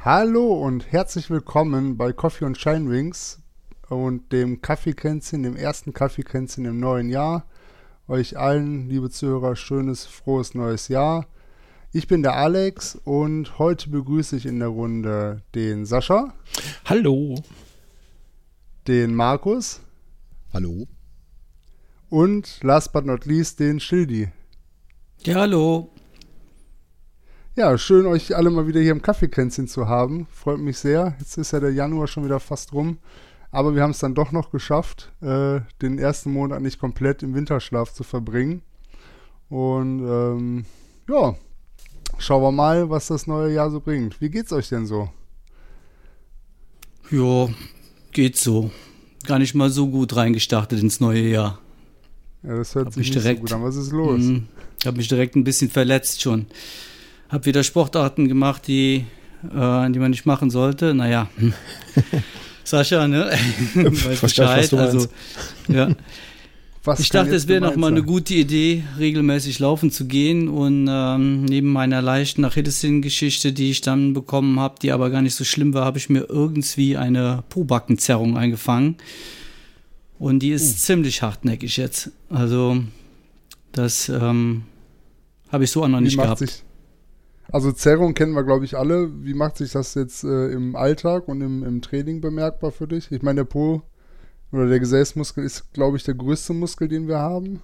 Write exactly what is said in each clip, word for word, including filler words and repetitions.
Hallo und herzlich willkommen bei Coffee und Scheinwings und dem Kaffeekränzchen, dem ersten Kaffeekränzchen im neuen Jahr. Euch allen, liebe Zuhörer, schönes, frohes neues Jahr. Ich bin der Alex und heute begrüße ich in der Runde den Sascha. Hallo. Den Markus. Hallo. Und last but not least den Schildi. Ja, hallo. Ja, schön, euch alle mal wieder hier im Kaffeekränzchen zu haben. Freut mich sehr. Jetzt ist ja der Januar schon wieder fast rum. Aber wir haben es dann doch noch geschafft, äh, den ersten Monat nicht komplett im Winterschlaf zu verbringen. Und ähm, ja, schauen wir mal, was das neue Jahr so bringt. Wie geht's euch denn so? Ja, geht so. Gar nicht mal so gut reingestartet ins neue Jahr. Ja, das hört hab sich nicht direkt, so gut an. Was ist los? Mh, ich habe mich direkt ein bisschen verletzt schon. Hab wieder Sportarten gemacht, die, äh, die man nicht machen sollte. Naja, Sascha, ne? Weiß Bescheid. Also, ja. Was ich dachte, es wäre noch mal eine gute Idee, regelmäßig laufen zu gehen. Und ähm, neben meiner leichten Achillessehnengeschichte, die ich dann bekommen habe, die aber gar nicht so schlimm war, habe ich mir irgendwie eine Pobackenzerrung eingefangen. Und die ist uh. ziemlich hartnäckig jetzt. Also das ähm, habe ich so auch noch nicht gehabt. Sich, also Zerrung kennen wir, glaube ich, alle. Wie macht sich das jetzt äh, im Alltag und im, im Training bemerkbar für dich? Ich meine, der Po oder der Gesäßmuskel ist, glaube ich, der größte Muskel, den wir haben.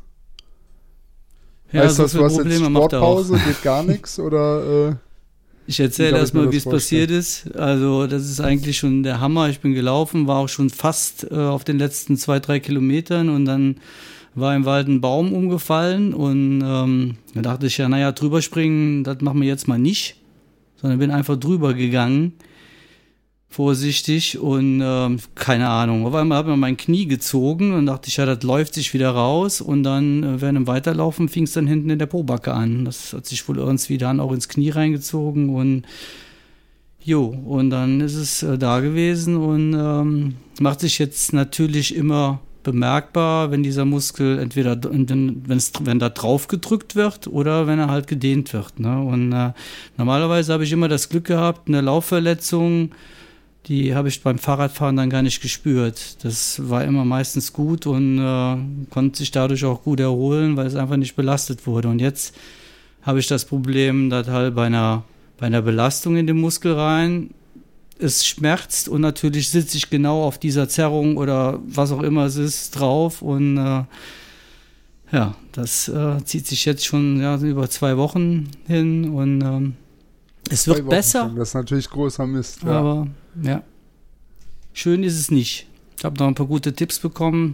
Ja, heißt so das, du hast Probleme jetzt Sportpause, geht gar nichts? Oder, äh, ich erzähle erstmal, wie es passiert ist. Also das ist eigentlich schon der Hammer. Ich bin gelaufen, war auch schon fast äh, auf den letzten zwei, drei Kilometern und dann war im Wald ein Baum umgefallen und ähm, da dachte ich ja, naja, drüber springen, das machen wir jetzt mal nicht, sondern bin einfach drüber gegangen, vorsichtig und ähm, keine Ahnung. Auf einmal habe ich mein Knie gezogen und dachte ich, ja, das läuft sich wieder raus und dann äh, während dem Weiterlaufen fing es dann hinten in der Pobacke an. Das hat sich wohl irgendwie dann auch ins Knie reingezogen und jo, und dann ist es äh, da gewesen und ähm, macht sich jetzt natürlich immer bemerkbar, wenn dieser Muskel entweder, wenn es, wenn da drauf gedrückt wird oder wenn er halt gedehnt wird. Ne? Und äh, normalerweise habe ich immer das Glück gehabt, eine Laufverletzung, die habe ich beim Fahrradfahren dann gar nicht gespürt. Das war immer meistens gut und äh, konnte sich dadurch auch gut erholen, weil es einfach nicht belastet wurde. Und jetzt habe ich das Problem, dass halt bei einer, bei einer Belastung in den Muskel rein es schmerzt und natürlich sitze ich genau auf dieser Zerrung oder was auch immer es ist drauf und äh, ja, das äh, zieht sich jetzt schon ja, über zwei Wochen hin und ähm, es wird besser. Schon. Das ist natürlich großer Mist. Ja. Aber ja, schön ist es nicht. Ich habe noch ein paar gute Tipps bekommen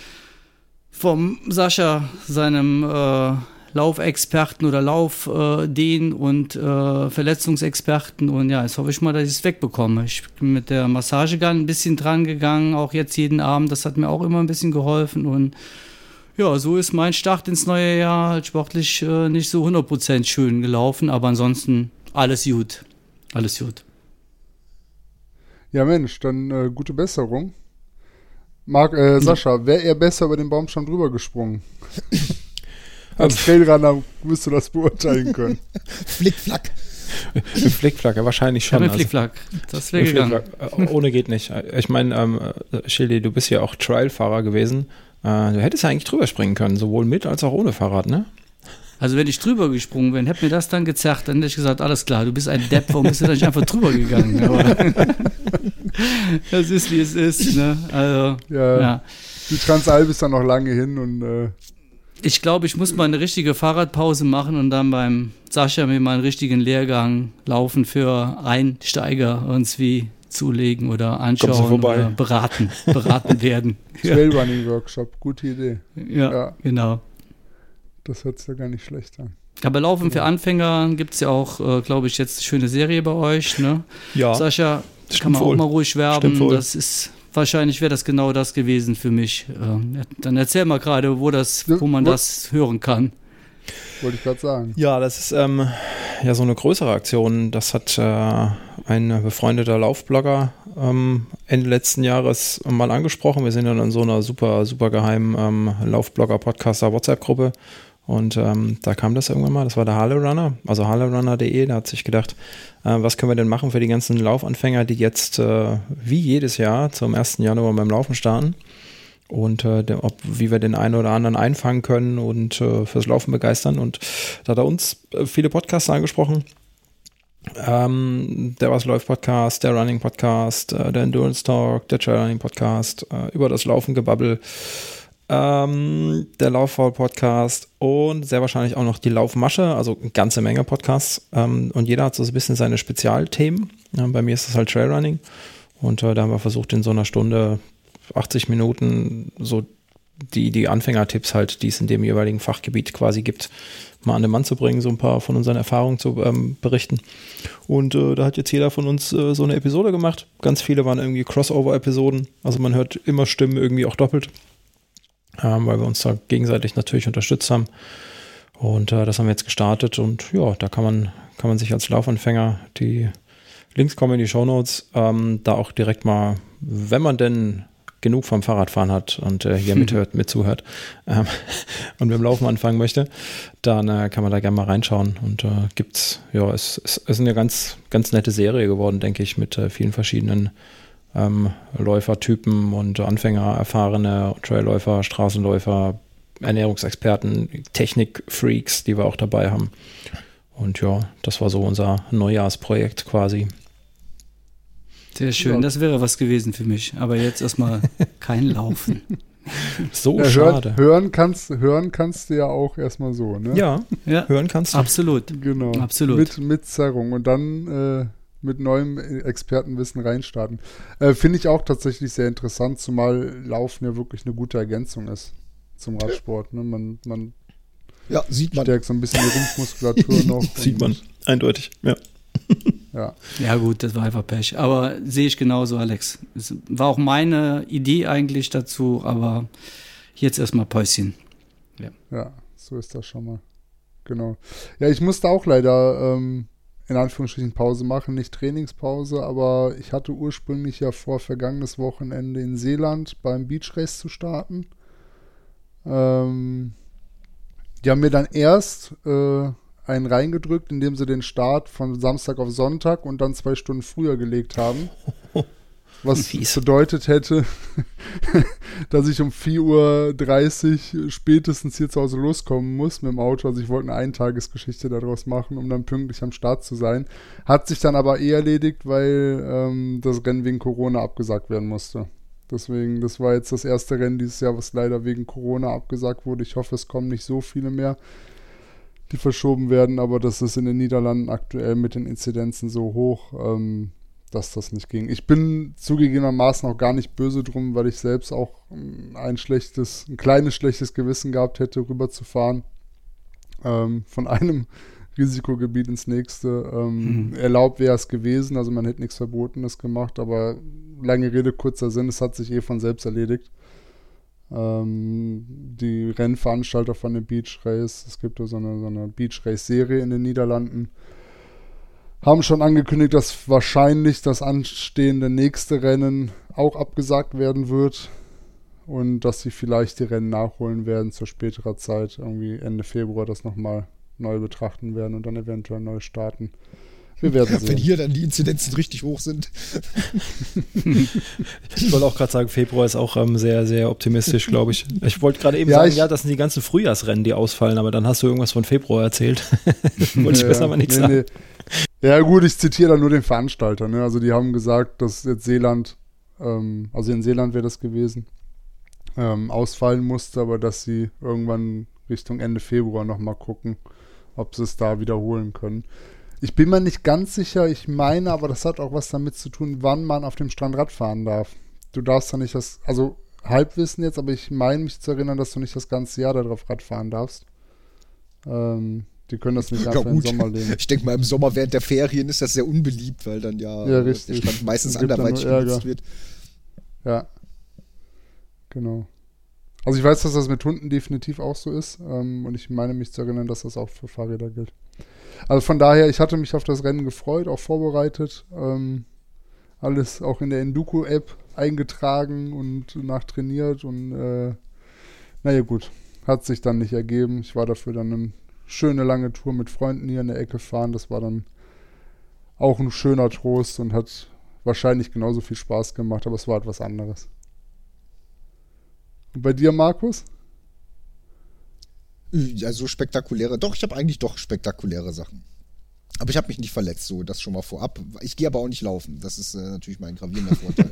vom Sascha, seinem äh, Laufexperten oder Laufdehn- und äh, Verletzungsexperten und ja, jetzt hoffe ich mal, dass ich es wegbekomme. Ich bin mit der Massagegun ein bisschen dran gegangen, auch jetzt jeden Abend, das hat mir auch immer ein bisschen geholfen und ja, so ist mein Start ins neue Jahr halt sportlich äh, nicht so hundert Prozent schön gelaufen, aber ansonsten alles gut, alles gut. Ja Mensch, dann äh, gute Besserung. Marc, äh, Sascha, wäre er besser über den Baumstamm drüber gesprungen? Als Trailrunner müsst du das beurteilen können. Flickflack. Mit Flickflack, ja, wahrscheinlich schon. Ja, mit Flickflack, das wäre gegangen. Ohne geht nicht. Ich meine, ähm, Schildi, du bist ja auch Trialfahrer gewesen. Äh, du hättest ja eigentlich drüber springen können, sowohl mit als auch ohne Fahrrad, ne? Also wenn ich drüber gesprungen wäre, hätte mir das dann gezerrt, dann hätte ich gesagt, alles klar, du bist ein Depp, warum bist du da nicht einfach drüber gegangen? Aber das ist, wie es ist, ne? Also, ja, ja. Die Transalp ist dann noch lange hin und äh ich glaube, ich muss mal eine richtige Fahrradpause machen und dann beim Sascha mir mal einen richtigen Lehrgang laufen für Einsteiger irgendwie zulegen oder anschauen oder beraten, beraten werden. Trailrunning-Workshop, gute Idee. Ja, ja, genau. Das hört sich ja gar nicht schlecht an. Aber Laufen für Anfänger gibt es ja auch, äh, glaube ich, jetzt eine schöne Serie bei euch. Ne? Ja. Sascha, kann man wohl. Auch mal ruhig werben. Das ist wahrscheinlich wäre das genau das gewesen für mich. Äh, dann erzähl mal gerade, wo das, wo man das hören kann. Wollte ich gerade sagen. Ja, das ist ähm, ja so eine größere Aktion. Das hat äh, ein befreundeter Laufblogger ähm, Ende letzten Jahres mal angesprochen. Wir sind dann in so einer super, super geheimen ähm, Laufblogger-Podcaster-WhatsApp-Gruppe. Und ähm, da kam das irgendwann mal, das war der Harley Runner, also harley runner punkt de, der hat sich gedacht, äh, was können wir denn machen für die ganzen Laufanfänger, die jetzt äh, wie jedes Jahr zum ersten Januar beim Laufen starten und äh, der, ob, wie wir den einen oder anderen einfangen können und äh, fürs Laufen begeistern. Und da hat er uns äh, viele Podcasts angesprochen. Ähm, der Was läuft Podcast, der Running Podcast, äh, der Endurance Talk, der Trail Running Podcast, äh, über das Laufen gebabbel, ähm, der Lauffaul Podcast und sehr wahrscheinlich auch noch die Laufmasche, also eine ganze Menge Podcasts, ähm, und jeder hat so ein bisschen seine Spezialthemen. Ja, bei mir ist es halt Trail Running und äh, da haben wir versucht in so einer Stunde achtzig Minuten so die, die Anfängertipps halt, die es in dem jeweiligen Fachgebiet quasi gibt, mal an den Mann zu bringen, so ein paar von unseren Erfahrungen zu ähm, berichten. Und äh, da hat jetzt jeder von uns äh, so eine Episode gemacht. Ganz viele waren irgendwie Crossover-Episoden. Also man hört immer Stimmen irgendwie auch doppelt, ähm, weil wir uns da gegenseitig natürlich unterstützt haben. Und äh, das haben wir jetzt gestartet. Und ja, da kann man, kann man sich als Laufanfänger, die Links kommen in die Shownotes, ähm, da auch direkt mal, wenn man denn genug vom Fahrradfahren hat und äh, hier mithört, mitzuhört ähm, und mit dem Laufen anfangen möchte, dann äh, kann man da gerne mal reinschauen. Und äh, gibt's, ja, es, es ist eine ganz, ganz nette Serie geworden, denke ich, mit äh, vielen verschiedenen ähm, Läufertypen und Anfänger, erfahrene Trailläufer, Straßenläufer, Ernährungsexperten, Technikfreaks, die wir auch dabei haben. Und ja, das war so unser Neujahrsprojekt quasi. Sehr schön, das wäre was gewesen für mich. Aber jetzt erstmal kein Laufen. So ja, schade. Hören, hören, kannst, hören kannst du ja auch erstmal so, ne? Ja, ja, hören kannst du. Absolut. Genau. Absolut. Mit, mit Zerrung und dann äh, mit neuem Expertenwissen reinstarten. Äh, Finde ich auch tatsächlich sehr interessant, zumal Laufen ja wirklich eine gute Ergänzung ist zum Radsport. Ne? Man, man ja, sieht man. stärkt so ein bisschen die Rumpfmuskulatur noch. Sieht man, eindeutig, ja. Ja. Ja gut, das war einfach Pech. Aber sehe ich genauso, Alex. Es war auch meine Idee eigentlich dazu, aber jetzt erstmal Päuschen. Ja. Ja, so ist das schon mal. Genau. Ja, ich musste auch leider ähm, in Anführungsstrichen Pause machen, nicht Trainingspause, aber ich hatte ursprünglich ja vor, vergangenes Wochenende in Seeland beim Beach Race zu starten. Ähm, die haben mir dann erst äh, einen reingedrückt, indem sie den Start von Samstag auf Sonntag und dann zwei Stunden früher gelegt haben. Was Fies. bedeutet hätte, dass ich um vier Uhr dreißig spätestens hier zu Hause loskommen muss mit dem Auto. Also ich wollte eine Eintagesgeschichte daraus machen, um dann pünktlich am Start zu sein. Hat sich dann aber eh erledigt, weil ähm, das Rennen wegen Corona abgesagt werden musste. Deswegen, das war jetzt das erste Rennen dieses Jahr, was leider wegen Corona abgesagt wurde. Ich hoffe, es kommen nicht so viele mehr, die verschoben werden, aber das ist in den Niederlanden aktuell mit den Inzidenzen so hoch, ähm, dass das nicht ging. Ich bin zugegebenermaßen auch gar nicht böse drum, weil ich selbst auch ein schlechtes, ein kleines schlechtes Gewissen gehabt hätte, rüberzufahren, ähm, von einem Risikogebiet ins nächste. Ähm, mhm. Erlaubt wäre es gewesen, also man hätte nichts Verbotenes gemacht, aber lange Rede, kurzer Sinn, es hat sich eh von selbst erledigt. Ähm, die Rennveranstalter von dem Beach Race, es gibt ja so eine, so eine Beach Race Serie in den Niederlanden, haben schon angekündigt, dass wahrscheinlich das anstehende nächste Rennen auch abgesagt werden wird und dass sie vielleicht die Rennen nachholen werden zu späterer Zeit, irgendwie Ende Februar das nochmal neu betrachten werden und dann eventuell neu starten. Wir werden sehen. Wenn hier dann die Inzidenzen richtig hoch sind. Ich wollte auch gerade sagen, Februar ist auch ähm, sehr, sehr optimistisch, glaube ich. Ich wollte gerade eben ja, sagen, ich, ja, das sind die ganzen Frühjahrsrennen, die ausfallen, aber dann hast du irgendwas von Februar erzählt. Wollte ich ja, besser mal nichts nee, sagen. Nee. Ja gut, ich zitiere da nur den Veranstalter. Ne? Also die haben gesagt, dass jetzt Seeland, ähm, also in Seeland wäre das gewesen, ähm, ausfallen musste, aber dass sie irgendwann Richtung Ende Februar nochmal gucken, ob sie es da wiederholen können. Ich bin mir nicht ganz sicher, ich meine, aber das hat auch was damit zu tun, wann man auf dem Strand Rad fahren darf. Du darfst ja nicht das, also Halbwissen jetzt, aber ich meine mich zu erinnern, dass du nicht das ganze Jahr darauf Rad fahren darfst. Ähm, die können das nicht einfach ja, im Sommer legen. Ich denke mal, im Sommer während der Ferien ist das sehr unbeliebt, weil dann ja, ja der Strand meistens anderweitig genutzt wird. Ja, genau. Also ich weiß, dass das mit Hunden definitiv auch so ist ähm, und ich meine mich zu erinnern, dass das auch für Fahrräder gilt. Also von daher, ich hatte mich auf das Rennen gefreut, auch vorbereitet, ähm, alles auch in der Enduko-App eingetragen und nachtrainiert und äh, naja gut, hat sich dann nicht ergeben. Ich war dafür dann eine schöne lange Tour mit Freunden hier in der Ecke fahren. Das war dann auch ein schöner Trost und hat wahrscheinlich genauso viel Spaß gemacht, aber es war halt was anderes. Und bei dir, Markus? Ja, so spektakuläre. Doch, ich habe eigentlich doch spektakuläre Sachen. Aber ich habe mich nicht verletzt, so das schon mal vorab. Ich gehe aber auch nicht laufen. Das ist äh, natürlich mein gravierender Vorteil.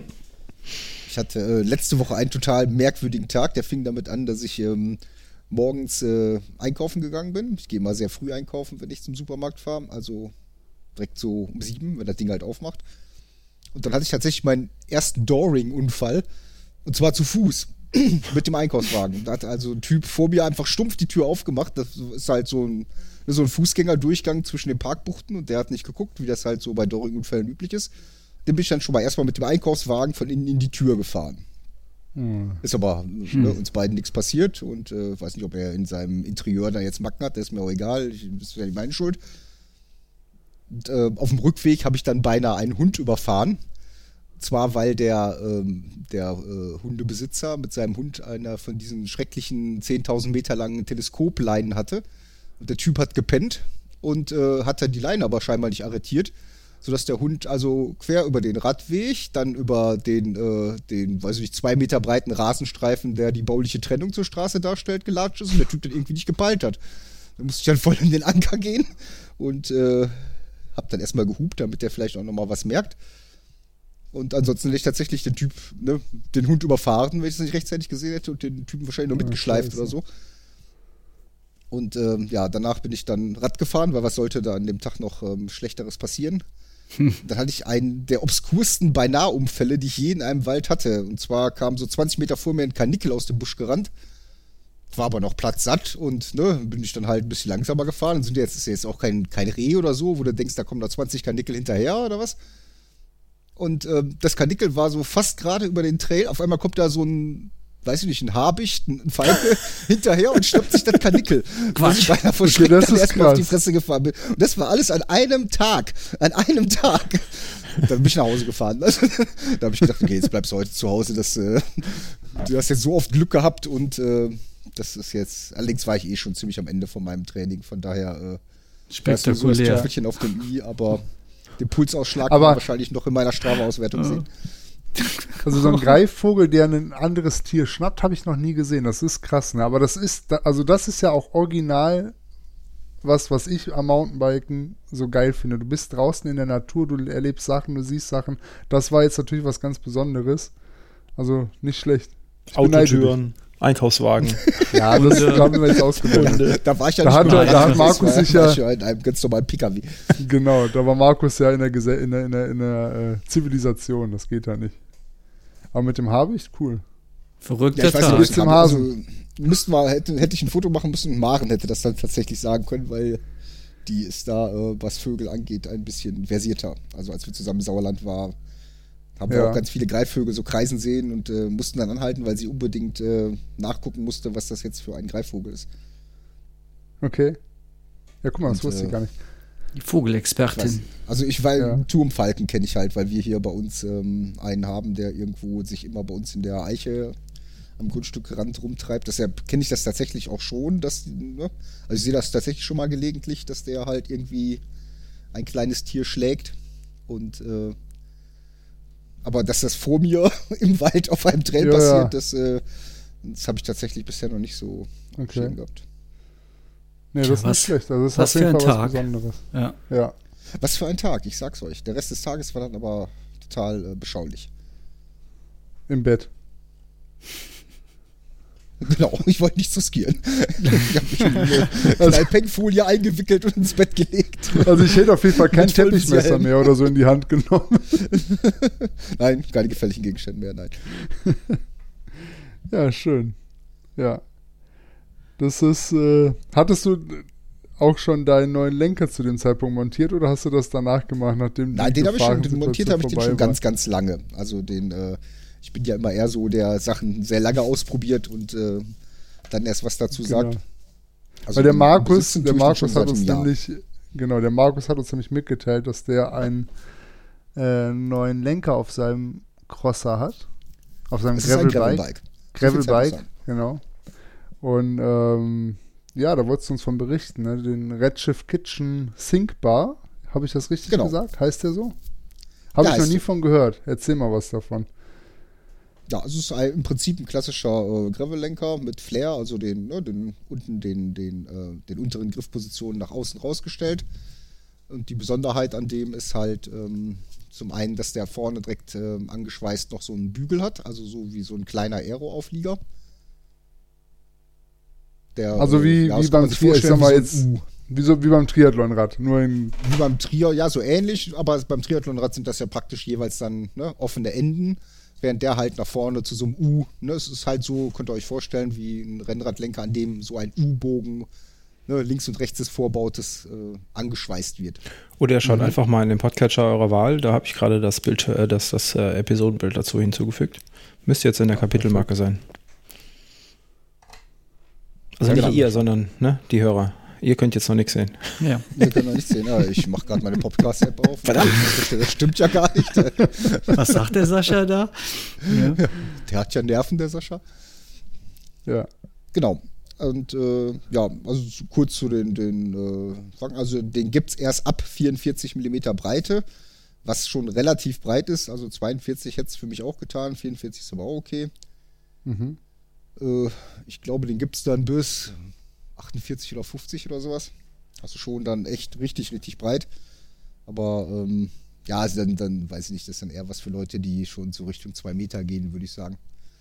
Ich hatte äh, letzte Woche einen total merkwürdigen Tag. Der fing damit an, dass ich ähm, morgens äh, einkaufen gegangen bin. Ich gehe mal sehr früh einkaufen, wenn ich zum Supermarkt fahre. Also direkt so um sieben, wenn das Ding halt aufmacht. Und dann hatte ich tatsächlich meinen ersten Dooring-Unfall. Und zwar zu Fuß. Mit dem Einkaufswagen. Da hat also ein Typ vor mir einfach stumpf die Tür aufgemacht. Das ist halt so ein, so ein Fußgängerdurchgang zwischen den Parkbuchten. Und der hat nicht geguckt, wie das halt so bei Dooring-Unfällen üblich ist. Den bin ich dann schon mal erstmal mit dem Einkaufswagen von innen in die Tür gefahren. Hm. Ist aber hm. ne, uns beiden nichts passiert. Und äh, weiß nicht, ob er in seinem Interieur da jetzt Macken hat. Das ist mir auch egal. Ich, das ist ja nicht meine Schuld. Und, äh, auf dem Rückweg habe ich dann beinahe einen Hund überfahren. Zwar, weil der, ähm, der äh, Hundebesitzer mit seinem Hund einer von diesen schrecklichen zehntausend Meter langen Teleskopleinen hatte. Und der Typ hat gepennt und äh, hat dann die Leine aber scheinbar nicht arretiert, sodass der Hund also quer über den Radweg, dann über den, äh, den, weiß ich nicht, zwei Meter breiten Rasenstreifen, der die bauliche Trennung zur Straße darstellt, gelatscht ist und der Typ dann irgendwie nicht gepeilt hat. Da musste ich dann voll in den Anker gehen und äh, hab dann erstmal gehupt, damit der vielleicht auch nochmal was merkt. Und ansonsten hätte ich tatsächlich den Typ, ne, den Hund überfahren, wenn ich es nicht rechtzeitig gesehen hätte und den Typen wahrscheinlich noch mitgeschleift ja, oder so. Und ähm, ja, danach bin ich dann Rad gefahren, weil was sollte da an dem Tag noch ähm, Schlechteres passieren? Hm. Dann hatte ich einen der obskursten Beinahe-Unfälle, die ich je in einem Wald hatte. Und zwar kam so zwanzig Meter vor mir ein Karnickel aus dem Busch gerannt. War aber noch platzsatt und ne, bin ich dann halt ein bisschen langsamer gefahren. Und sind jetzt, ist ja jetzt auch kein, kein Reh oder so, wo du denkst, da kommen da zwanzig Karnickel hinterher oder was? Und ähm, das Karnickel war so fast gerade über den Trail. Auf einmal kommt da so ein, weiß ich nicht, ein Habicht, ein Falke hinterher und schnappt sich das Karnickel. Quatsch. Ich beinahe vor Schreck dann erstmal auf die Fresse gefahren bin. Und das war alles an einem Tag. An einem Tag. Dann bin ich nach Hause gefahren. Also, da habe ich gedacht, okay, jetzt bleibst du heute zu Hause. Das, äh, du hast jetzt so oft Glück gehabt und äh, das ist jetzt, allerdings war ich eh schon ziemlich am Ende von meinem Training. Von daher äh, spektakulär. So das Tüpfelchen auf dem I, aber den Pulsausschlag kann man wahrscheinlich noch in meiner Strava-Auswertung ja. sehen. Also so ein Greifvogel, der ein anderes Tier schnappt, habe ich noch nie gesehen. Das ist krass, ne? Aber das ist, also das ist ja auch original was, was ich am Mountainbiken so geil finde. Du bist draußen in der Natur, du erlebst Sachen, du siehst Sachen. Das war jetzt natürlich was ganz Besonderes. Also nicht schlecht. Ich Autotüren, Einkaufswagen. Ja, das haben wir jetzt ausgedacht. Ja, da war ich ja da nicht hat, da hat Markus sich ja, ja in einem ganz normalen P K W. Genau, da war Markus ja in der, Gese- in der, in der, in der äh, Zivilisation. Das geht ja nicht. Aber mit dem Habicht, cool. Verrückter ja, ich weiß Tag. nicht, also, müssten wir, hätte, hätte ich ein Foto machen müssen und Maren hätte das dann tatsächlich sagen können, weil die ist da, äh, was Vögel angeht, ein bisschen versierter. Also als wir zusammen im Sauerland waren, haben ja. wir auch ganz viele Greifvögel so kreisen sehen und äh, mussten dann anhalten, weil sie unbedingt äh, nachgucken musste, was das jetzt für ein Greifvogel ist. Okay. Ja, guck mal, das und, wusste ich äh, gar nicht. Die Vogelexpertin. Ich also ich weiß, ja. Turmfalken kenne ich halt, weil wir hier bei uns ähm, einen haben, der irgendwo sich immer bei uns in der Eiche am Grundstückrand rumtreibt. Deshalb kenne ich das tatsächlich auch schon. Dass, ne? Also ich sehe das tatsächlich schon mal gelegentlich, dass der halt irgendwie ein kleines Tier schlägt und äh, aber dass das vor mir im Wald auf einem Trail ja, passiert, ja. das, äh, das habe ich tatsächlich bisher noch nicht so okay. gehabt. Nee, das ja, ist was, nicht schlecht. Also das ist was auf jeden für Fall ein was Tag. Besonderes. Ja. ja. Was für ein Tag, ich sag's euch. Der Rest des Tages war dann aber total äh, beschaulich. Im Bett. Genau, ich wollte nicht zu skieren. Ich habe mich in eine also, Knallpengfolie eingewickelt und ins Bett gelegt. Also ich hätte auf jeden Fall kein Teppichmesser mehr oder so in die Hand genommen. Nein, keine gefährlichen Gegenstände mehr, nein. Ja, schön. Ja. Das ist, äh, hattest du auch schon deinen neuen Lenker zu dem Zeitpunkt montiert oder hast du das danach gemacht, nachdem Nein, die den habe ich schon, den montiert habe ich den schon war? ganz, ganz lange. Also den, äh, ich bin ja immer eher so, der Sachen sehr lange ausprobiert und äh, dann erst was dazu genau. sagt. Also Weil der Markus, der tue Markus hat uns nämlich, genau, der Markus hat uns nämlich mitgeteilt, dass der einen äh, neuen Lenker auf seinem Crosser hat. Auf seinem Gravelbike. Gravelbike. Gravelbike, genau. Und ähm, ja, da wolltest du uns von berichten, ne? Den Redshift Kitchen Sync Bar. Habe ich das richtig genau. gesagt? Heißt der so? Habe ja, ich noch nie so. von gehört. Erzähl mal was davon. Ja, also es ist ein, im Prinzip ein klassischer äh, Gravel-Lenker mit Flair, also den, ne, den unten den, den, äh, den unteren Griffpositionen nach außen rausgestellt. Und die Besonderheit an dem ist halt ähm, zum einen, dass der vorne direkt äh, angeschweißt noch so einen Bügel hat, also so wie so ein kleiner Aero-Auflieger. Der, also wie, ja, wie beim Tri- ich sag mal jetzt, wie, so, wie beim Triathlonrad, nur in wie beim Trier, ja so ähnlich, aber beim Triathlonrad sind das ja praktisch jeweils dann ne, offene Enden, während der halt nach vorne zu so einem U, ne, es ist halt so, könnt ihr euch vorstellen, wie ein Rennradlenker, an dem so ein U-Bogen ne, links und rechts des Vorbautes äh, angeschweißt wird. Oder schaut mhm. einfach mal in den Podcatcher eurer Wahl, da habe ich gerade das Bild, äh, das, das äh, Episodenbild dazu hinzugefügt. Müsste jetzt in der Kapitelmarke sein. Also ja, nicht genau. ihr, sondern ne, die Hörer. Ihr könnt jetzt noch nichts sehen. Ja, ihr könnt noch nichts sehen. Ja, ich mache gerade meine Podcast-App auf. Verdammt. Das stimmt ja gar nicht. Was sagt der Sascha da? Ja. Der hat ja Nerven, der Sascha. Ja. Genau. Und äh, ja, also kurz zu den, den äh, Fangen. Also den gibt es erst ab vierundvierzig Millimeter Breite, was schon relativ breit ist. Also zweiundvierzig hätte es für mich auch getan, vierundvierzig ist aber auch okay. Mhm. Äh, ich glaube, den gibt es dann bis achtundvierzig oder fünfzig oder sowas. Also schon dann echt richtig, richtig breit. Aber ähm, ja, also dann, dann weiß ich nicht, das ist dann eher was für Leute, die schon so Richtung zwei Meter gehen, würde ich sagen.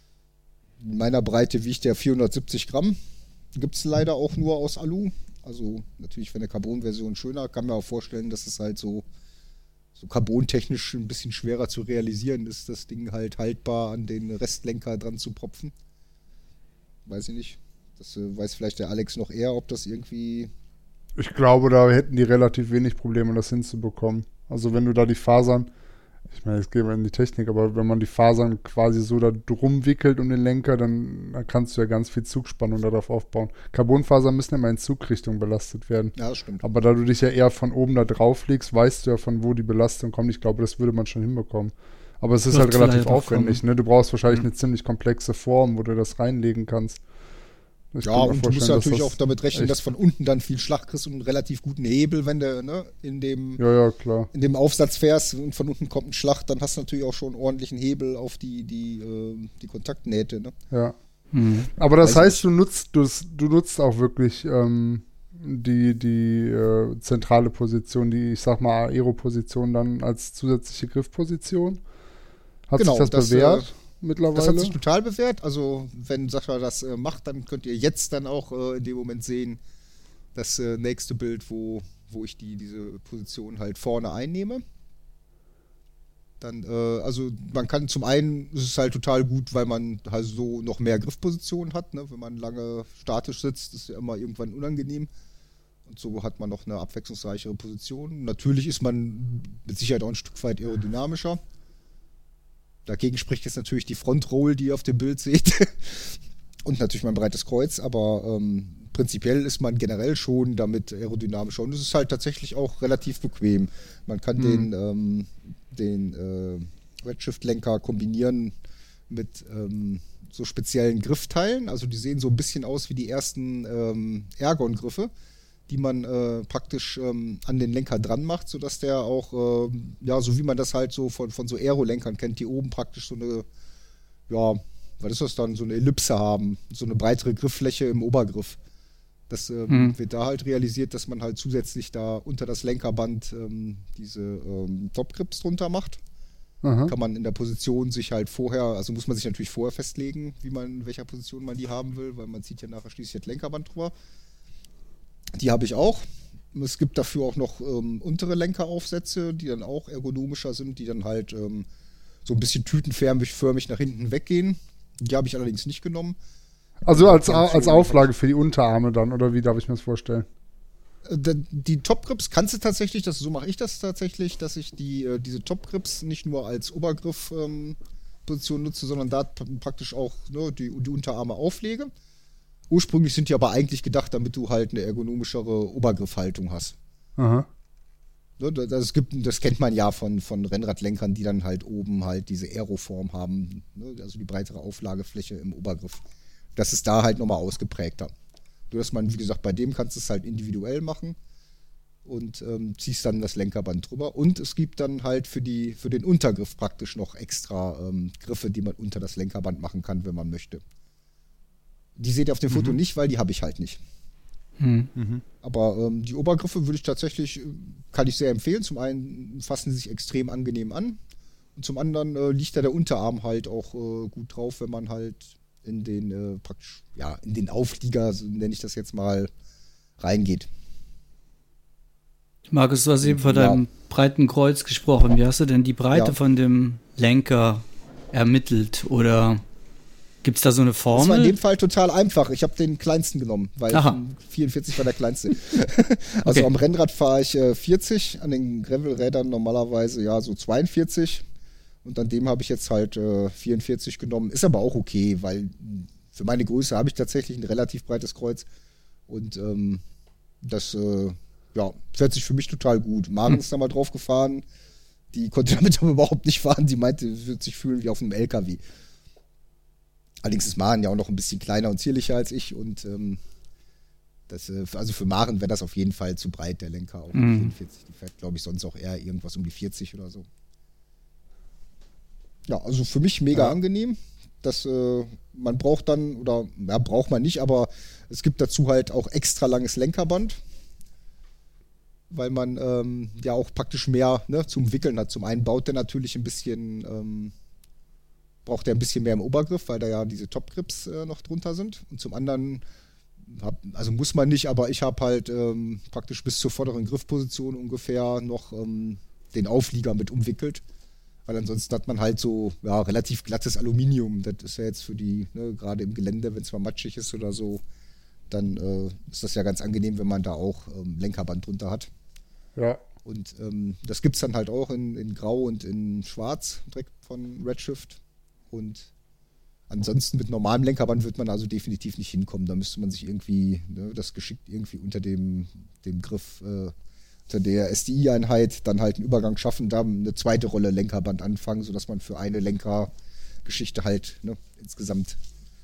In meiner Breite wiegt der vierhundertsiebzig Gramm. Gibt es leider auch nur aus Alu. Also natürlich für eine Carbon-Version schöner. Kann mir auch vorstellen, dass es halt so, so carbontechnisch ein bisschen schwerer zu realisieren ist, das Ding halt haltbar an den Restlenker dran zu propfen. Weiß ich nicht. Das äh, weiß vielleicht der Alex noch eher, ob das irgendwie... Ich glaube, da hätten die relativ wenig Probleme, das hinzubekommen. Also wenn du da die Fasern, ich meine, jetzt gehen wir in die Technik, aber wenn man die Fasern quasi so da drum wickelt um den Lenker, dann, dann kannst du ja ganz viel Zugspannung darauf aufbauen. Carbonfasern müssen immer in Zugrichtung belastet werden. Ja, das stimmt. Aber da du dich ja eher von oben da drauf legst, weißt du ja, von wo die Belastung kommt. Ich glaube, das würde man schon hinbekommen. Aber es ist halt relativ aufwendig, ne? Du brauchst wahrscheinlich mhm. eine ziemlich komplexe Form, wo du das reinlegen kannst. Ich ja, und du musst ja natürlich auch damit rechnen, dass von unten dann viel Schlag kriegst und einen relativ guten Hebel, wenn du ne, in, dem, ja, ja, klar. in dem Aufsatz fährst und von unten kommt ein Schlag, dann hast du natürlich auch schon einen ordentlichen Hebel auf die, die, äh, die Kontaktnähte. Ne? Ja. Mhm. Aber das Weiß heißt, du nutzt, du, du nutzt auch wirklich ähm, die, die äh, zentrale Position, die, ich sag mal, Aero-Position dann als zusätzliche Griffposition. Hat genau, sich das, das bewährt? Äh, Mittlerweile. Das hat sich total bewährt. Also wenn Sascha das äh, macht, dann könnt ihr jetzt dann auch äh, in dem Moment sehen, das äh, nächste Bild, wo, wo ich die, diese Position halt vorne einnehme. Dann, äh, also man kann zum einen, ist es halt total gut, weil man halt so noch mehr Griffpositionen hat. Ne? Wenn man lange statisch sitzt, ist ja immer irgendwann unangenehm. Und so hat man noch eine abwechslungsreichere Position. Natürlich ist man mit Sicherheit auch ein Stück weit aerodynamischer. Dagegen spricht jetzt natürlich die Frontroll, die ihr auf dem Bild seht. Und natürlich mein breites Kreuz, aber ähm, prinzipiell ist man generell schon damit aerodynamischer. Und es ist halt tatsächlich auch relativ bequem. Man kann mhm. den, ähm, den äh, Redshift-Lenker kombinieren mit ähm, so speziellen Griffteilen. Also die sehen so ein bisschen aus wie die ersten ähm, Ergon-Griffe, die man äh, praktisch ähm, an den Lenker dran macht, sodass der auch, äh, ja, so wie man das halt so von, von so Aero-Lenkern kennt, die oben praktisch so eine, ja, was ist das dann, so eine Ellipse haben, so eine breitere Grifffläche im Obergriff. Das ähm, hm. wird da halt realisiert, dass man halt zusätzlich da unter das Lenkerband ähm, diese ähm, Top-Grips drunter macht. Aha. Kann man in der Position sich halt vorher, also muss man sich natürlich vorher festlegen, wie man, in welcher Position man die haben will, weil man zieht ja nachher schließlich das Lenkerband drüber. Die habe ich auch. Es gibt dafür auch noch ähm, untere Lenkeraufsätze, die dann auch ergonomischer sind, die dann halt ähm, so ein bisschen tütenförmig förmig nach hinten weggehen. Die habe ich allerdings nicht genommen. Also als, als Auflage für die Unterarme dann, oder wie darf ich mir das vorstellen? Die Top-Grips kannst du tatsächlich, das, so mache ich das tatsächlich, dass ich die, äh, diese Top-Grips nicht nur als Obergriff-Position ähm, nutze, sondern da praktisch auch ne, die, die Unterarme auflege. Ursprünglich sind die aber eigentlich gedacht, damit du halt eine ergonomischere Obergriffhaltung hast. Aha. Das, gibt, das kennt man ja von, von Rennradlenkern, die dann halt oben halt diese Aeroform haben, ne? Also die breitere Auflagefläche im Obergriff. Das ist da halt nochmal ausgeprägter. Nur dass man, wie gesagt, bei dem kannst du es halt individuell machen und ähm, ziehst dann das Lenkerband drüber. Und es gibt dann halt für, die, für den Untergriff praktisch noch extra ähm, Griffe, die man unter das Lenkerband machen kann, wenn man möchte. Die seht ihr auf dem mhm. Foto nicht, weil die habe ich halt nicht. Mhm. Aber ähm, die Obergriffe würde ich tatsächlich, kann ich sehr empfehlen. Zum einen fassen sie sich extrem angenehm an und zum anderen äh, liegt da der Unterarm halt auch äh, gut drauf, wenn man halt in den äh, praktisch, ja, in den Auflieger, so nenne ich das jetzt mal, reingeht. Markus, du hast eben von deinem ja. breiten Kreuz gesprochen. Wie hast du denn die Breite ja. von dem Lenker ermittelt? Oder gibt es da so eine Formel? Das war in dem Fall total einfach. Ich habe den kleinsten genommen, weil vierundvierzig war der kleinste. Also okay. Am Rennrad fahre ich äh, vierzig, an den Gravelrädern normalerweise ja so zweiundvierzig. Und an dem habe ich jetzt halt äh, vierundvierzig genommen. Ist aber auch okay, weil für meine Größe habe ich tatsächlich ein relativ breites Kreuz. Und ähm, das äh, ja, fährt sich für mich total gut. Maren hm. ist da mal drauf gefahren. Die konnte damit aber überhaupt nicht fahren. Sie meinte, es wird sich fühlen wie auf einem L K W. Allerdings ist Maren ja auch noch ein bisschen kleiner und zierlicher als ich. Und ähm, das, äh, also für Maren wäre das auf jeden Fall zu breit, der Lenker. Auch hm. vierundvierzig. Die fährt, glaube ich, sonst auch eher irgendwas um die vierzig oder so. Ja, also für mich mega ja. angenehm. Das, äh, man braucht dann, oder ja, braucht man nicht, aber es gibt dazu halt auch extra langes Lenkerband, weil man ähm, ja auch praktisch mehr ne, zum Wickeln hat. Zum einen baut der natürlich ein bisschen, ähm, braucht er ein bisschen mehr im Obergriff, weil da ja diese Top-Grips äh, noch drunter sind. Und zum anderen, hab, also muss man nicht, aber ich habe halt ähm, praktisch bis zur vorderen Griffposition ungefähr noch ähm, den Auflieger mit umwickelt. Weil ansonsten hat man halt so ja, relativ glattes Aluminium. Das ist ja jetzt für die, ne, gerade im Gelände, wenn es mal matschig ist oder so, dann äh, ist das ja ganz angenehm, wenn man da auch ähm, Lenkerband drunter hat. Ja. Und ähm, das gibt es dann halt auch in, in Grau und in Schwarz direkt von Redshift. Und ansonsten mit normalem Lenkerband wird man also definitiv nicht hinkommen. Da müsste man sich irgendwie ne, das geschickt irgendwie unter dem, dem Griff äh, unter der S D I-Einheit dann halt einen Übergang schaffen, da eine zweite Rolle Lenkerband anfangen, sodass man für eine Lenkergeschichte halt ne, insgesamt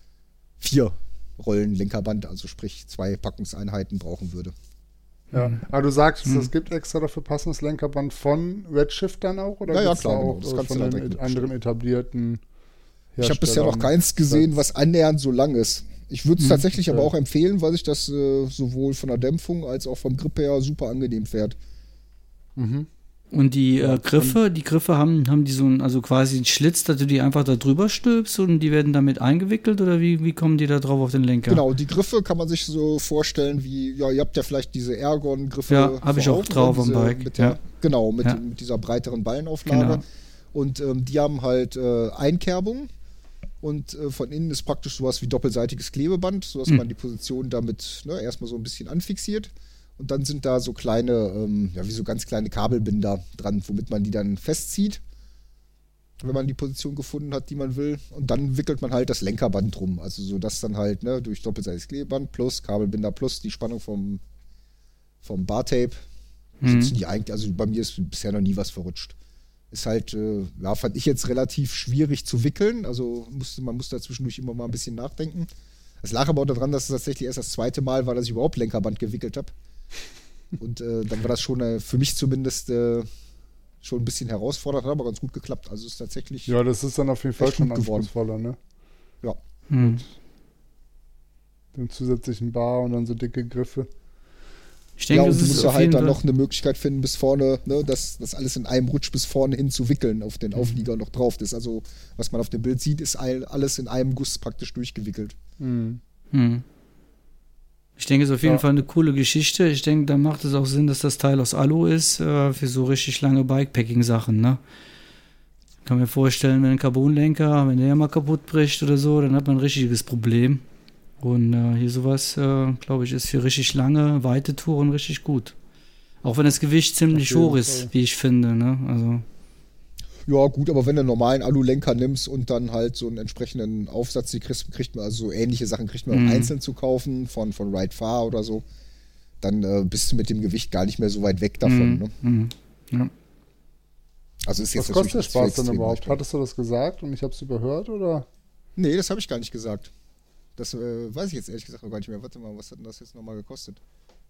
vier Rollen Lenkerband, also sprich zwei Packungseinheiten brauchen würde. Ja, aber du sagst, hm. es gibt extra dafür passendes Lenkerband von Redshift dann auch? Oder ja, ja, gibt's klar, da auch genau. Das kannst von du den anderen etablierten Herstellern? Ich habe bisher noch keins gesehen, was annähernd so lang ist. Ich würde es hm, tatsächlich okay. aber auch empfehlen, weil sich das äh, sowohl von der Dämpfung als auch vom Grip her super angenehm fährt. Mhm. Und die äh, Griffe, die Griffe haben, haben die so einen, also quasi einen Schlitz, dass du die einfach da drüber stülpst und die werden damit eingewickelt oder wie, wie kommen die da drauf auf den Lenker? Genau, die Griffe kann man sich so vorstellen wie, ja, ihr habt ja vielleicht diese Ergon-Griffe. Ja, habe ich auch drauf am Bike. Mit der, ja. Genau, mit, ja. mit dieser breiteren Ballenauflage. Genau. Und ähm, die haben halt äh, Einkerbung und äh, von innen ist praktisch sowas wie doppelseitiges Klebeband, sodass mhm. man die Position damit ne, erstmal so ein bisschen anfixiert. Und dann sind da so kleine, ähm, ja, wie so ganz kleine Kabelbinder dran, womit man die dann festzieht, wenn man die Position gefunden hat, die man will. Und dann wickelt man halt das Lenkerband drum. Also so, dass dann halt ne, durch doppelseitiges Klebeband plus Kabelbinder plus die Spannung vom, vom Bartape mhm. sitzen die eigentlich, also bei mir ist bisher noch nie was verrutscht. Ist halt, äh, ja, fand ich jetzt relativ schwierig zu wickeln. Also musste, man musste da zwischendurch immer mal ein bisschen nachdenken. Es lag aber auch daran, dass es tatsächlich erst das zweite Mal war, dass ich überhaupt Lenkerband gewickelt habe. Und äh, dann war das schon äh, für mich zumindest äh, schon ein bisschen herausfordernd, hat aber ganz gut geklappt. Also es ist tatsächlich. Ja, das ist dann auf jeden Fall schon anspruchsvoller, ne? Ja. Hm. Mit dem zusätzlichen Bar und dann so dicke Griffe. Ich denke, ja, und du musst ja halt dann noch eine Möglichkeit finden, bis vorne, ne, das, das alles in einem Rutsch bis vorne hin zu wickeln, auf den Auflieger noch drauf. Das ist also, was man auf dem Bild sieht, ist alles in einem Guss praktisch durchgewickelt. Hm. Hm. Ich denke, es ist auf jeden ja. Fall eine coole Geschichte. Ich denke, da macht es auch Sinn, dass das Teil aus Alu ist, äh, für so richtig lange Bikepacking-Sachen, ne? Ich kann mir vorstellen, wenn ein Carbonlenker, wenn der ja mal kaputt bricht oder so, dann hat man ein richtiges Problem. Und äh, hier sowas, äh, glaube ich, ist für richtig lange, weite Touren richtig gut. Auch wenn das Gewicht ziemlich hoch ist, Fall. wie ich finde, ne? Also. Ja, gut, aber wenn du einen normalen Alulenker nimmst und dann halt so einen entsprechenden Aufsatz, die kriegt, kriegt man, also so ähnliche Sachen kriegt man mhm. auch einzeln zu kaufen, von, von Ride Far oder so, dann äh, bist du mit dem Gewicht gar nicht mehr so weit weg davon. Mhm. Ne? Mhm. Ja. Also ist jetzt Was kostet der Spaß denn überhaupt? Hattest du das gesagt und ich habe es überhört, oder? Nee, das habe ich gar nicht gesagt. Das äh, weiß ich jetzt ehrlich gesagt noch gar nicht mehr. Warte mal, was hat denn das jetzt nochmal gekostet?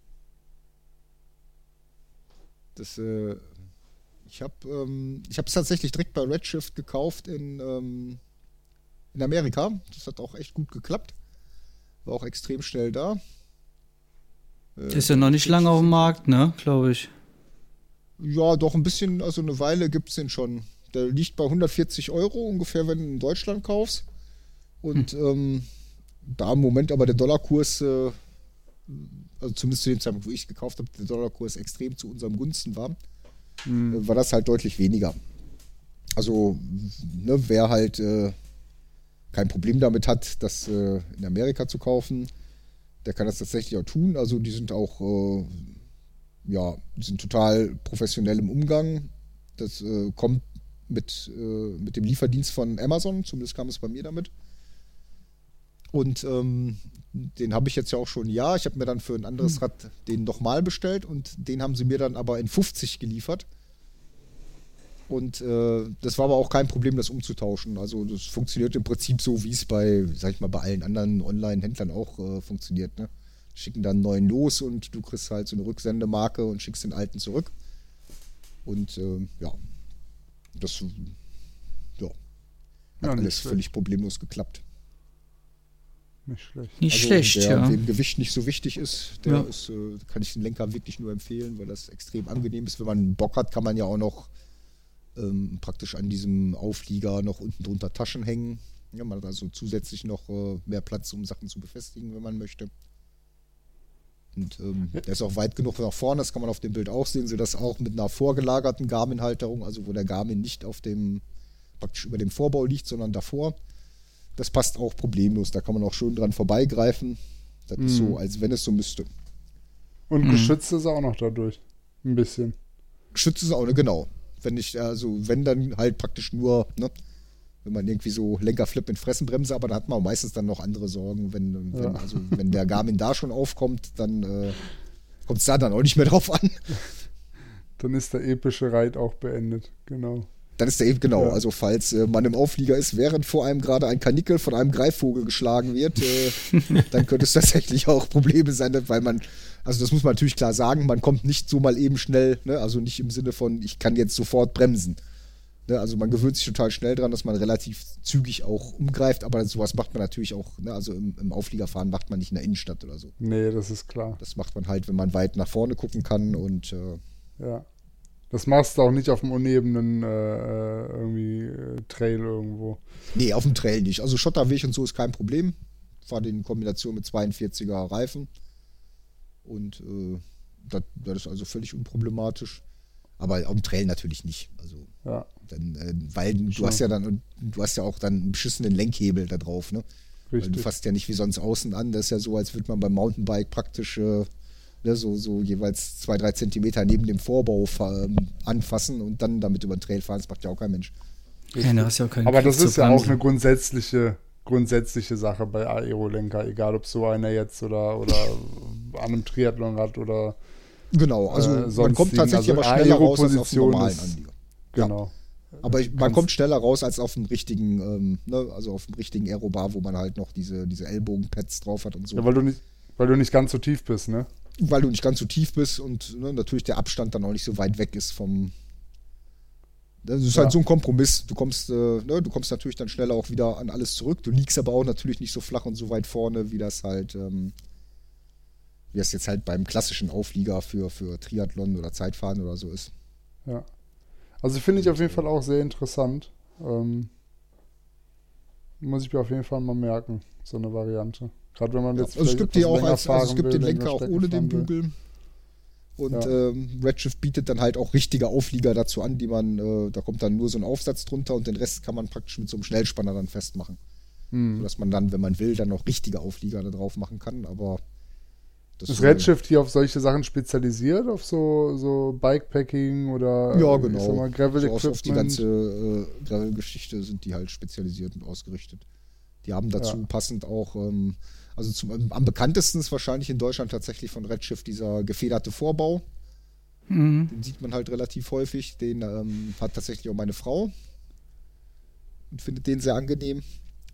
Das, äh, ich habe ähm, ich habe es tatsächlich direkt bei Redshift gekauft in, ähm, in Amerika. Das hat auch echt gut geklappt. War auch extrem schnell da. Äh, ist ja noch nicht lange auf dem Markt, ne, glaube ich. Ja, doch ein bisschen, also eine Weile gibt es den schon. Der liegt bei hundertvierzig Euro ungefähr, wenn du in Deutschland kaufst. Und hm. ähm, da im Moment aber der Dollarkurs, äh, also zumindest zu dem Zeitpunkt, wo ich es gekauft habe, der Dollarkurs extrem zu unserem Gunsten war, hm. äh, war das halt deutlich weniger. Also, ne, wer halt äh, kein Problem damit hat, das äh, in Amerika zu kaufen, der kann das tatsächlich auch tun. Also die sind auch, äh, ja, die sind total professionell im Umgang. Das äh, kommt mit, äh, mit dem Lieferdienst von Amazon, zumindest kam es bei mir damit. Und ähm, den habe ich jetzt ja auch schon ein Jahr. Ich habe mir dann für ein anderes hm. Rad den nochmal bestellt und den haben sie mir dann aber in fünfzig geliefert. Und äh, das war aber auch kein Problem, das umzutauschen. Also das funktioniert im Prinzip so, wie es bei, sag ich mal, bei allen anderen Online-Händlern auch äh, funktioniert. Ne? Schicken dann einen neuen los und du kriegst halt so eine Rücksendemarke und schickst den alten zurück. Und äh, ja, das ja, hat ja, alles schlecht. Völlig problemlos geklappt. Nicht schlecht. Nicht also, schlecht, der, ja. Dem Gewicht nicht so wichtig ist, der ja. ist, äh, kann ich den Lenker wirklich nur empfehlen, weil das extrem angenehm ist. Wenn man Bock hat, kann man ja auch noch ähm, praktisch an diesem Auflieger noch unten drunter Taschen hängen. Ja, man hat also zusätzlich noch äh, mehr Platz, um Sachen zu befestigen, wenn man möchte. Und ähm, ja. der ist auch weit genug nach vorne, das kann man auf dem Bild auch sehen, sodass auch mit einer vorgelagerten Garmin-Halterung, also wo der Garmin nicht auf dem, praktisch über dem Vorbau liegt, sondern davor, das passt auch problemlos. Da kann man auch schön dran vorbeigreifen. Das mhm. ist so, als wenn es so müsste. Und mhm. geschützt ist auch noch dadurch. Ein bisschen. Geschützt ist auch, ne, genau. Wenn ich, also wenn dann halt praktisch nur, ne, wenn man irgendwie so Lenkerflip mit Fressenbremse, aber da hat man meistens dann noch andere Sorgen. Wenn, wenn, ja. also, wenn der Garmin da schon aufkommt, dann äh, kommt es da dann auch nicht mehr drauf an. Dann ist der epische Reit auch beendet, genau. Dann ist der eben, genau, ja. also falls äh, man im Auflieger ist, während vor einem gerade ein Kanickel von einem Greifvogel geschlagen wird, äh, dann könnte es tatsächlich auch Probleme sein, weil man, also das muss man natürlich klar sagen, man kommt nicht so mal eben schnell, ne, also nicht im Sinne von, ich kann jetzt sofort bremsen. Ne, also man gewöhnt sich total schnell dran, dass man relativ zügig auch umgreift, aber sowas macht man natürlich auch, ne, also im, im Aufliegerfahren macht man nicht in der Innenstadt oder so. Nee, das ist klar. Das macht man halt, wenn man weit nach vorne gucken kann und äh, ja. Das machst du auch nicht auf dem unebenen äh, irgendwie äh, Trail irgendwo. Nee, auf dem Trail nicht. Also Schotterweg und so ist kein Problem. Fahre den in Kombination mit zweiundvierziger Reifen. Und äh, das, das ist also völlig unproblematisch. Aber auf dem Trail natürlich nicht. Also ja. dann, äh, weil du Schon. hast ja dann, du hast ja auch dann einen beschissenen Lenkhebel da drauf, ne? Richtig. Weil du fasst ja nicht wie sonst außen an. Das ist ja so, als würde man beim Mountainbike praktisch äh, Ne, so, so jeweils zwei, drei Zentimeter neben dem Vorbau ähm, anfassen und dann damit über den Trail fahren, das macht ja auch kein Mensch. Ja, da hast ja auch keinen Aber Klick das ist ja auch eine grundsätzliche, grundsätzliche Sache bei Aerolenker, egal ob so einer jetzt oder, oder an einem Triathlonrad oder genau, also äh, man kommt tatsächlich also aber schneller raus als auf dem normalen Anlieger. Genau. Ja. Aber ich, man kommt schneller raus als auf dem richtigen, ähm, ne, also auf dem richtigen Aerobar, wo man halt noch diese, diese Ellbogenpads drauf hat und so. Ja, weil du nicht, weil du nicht ganz so tief bist, ne? Weil du nicht ganz so tief bist und ne, natürlich der Abstand dann auch nicht so weit weg ist vom. Das ist ja. halt so ein Kompromiss. Du kommst, äh, ne, du kommst natürlich dann schneller auch wieder an alles zurück. Du liegst aber auch natürlich nicht so flach und so weit vorne, wie das halt, ähm, wie das jetzt halt beim klassischen Auflieger für, für Triathlon oder Zeitfahren oder so ist. Ja. Also finde ich auf jeden Fall auch sehr interessant. Ähm, muss ich mir auf jeden Fall mal merken, so eine Variante. Gerade wenn man jetzt ja, also es gibt die auch als, also es gibt will, den Lenker auch ohne den Bügel. Und ja. ähm, Redshift bietet dann halt auch richtige Auflieger dazu an, die man, äh, da kommt dann nur so ein Aufsatz drunter und den Rest kann man praktisch mit so einem Schnellspanner dann festmachen. Hm. Sodass man dann, wenn man will, dann noch richtige Auflieger da drauf machen kann, aber das ist Redshift hier auf solche Sachen spezialisiert, auf so, so Bikepacking oder ja, genau. mal, Gravel-Equipment? So auf die ganze äh, Gravel-Geschichte sind die halt spezialisiert und ausgerichtet. Die haben dazu ja. passend auch, ähm, also zum, am bekanntesten ist wahrscheinlich in Deutschland tatsächlich von Redshift dieser gefederte Vorbau. Mhm. Den sieht man halt relativ häufig. Den ähm, hat tatsächlich auch meine Frau und findet den sehr angenehm.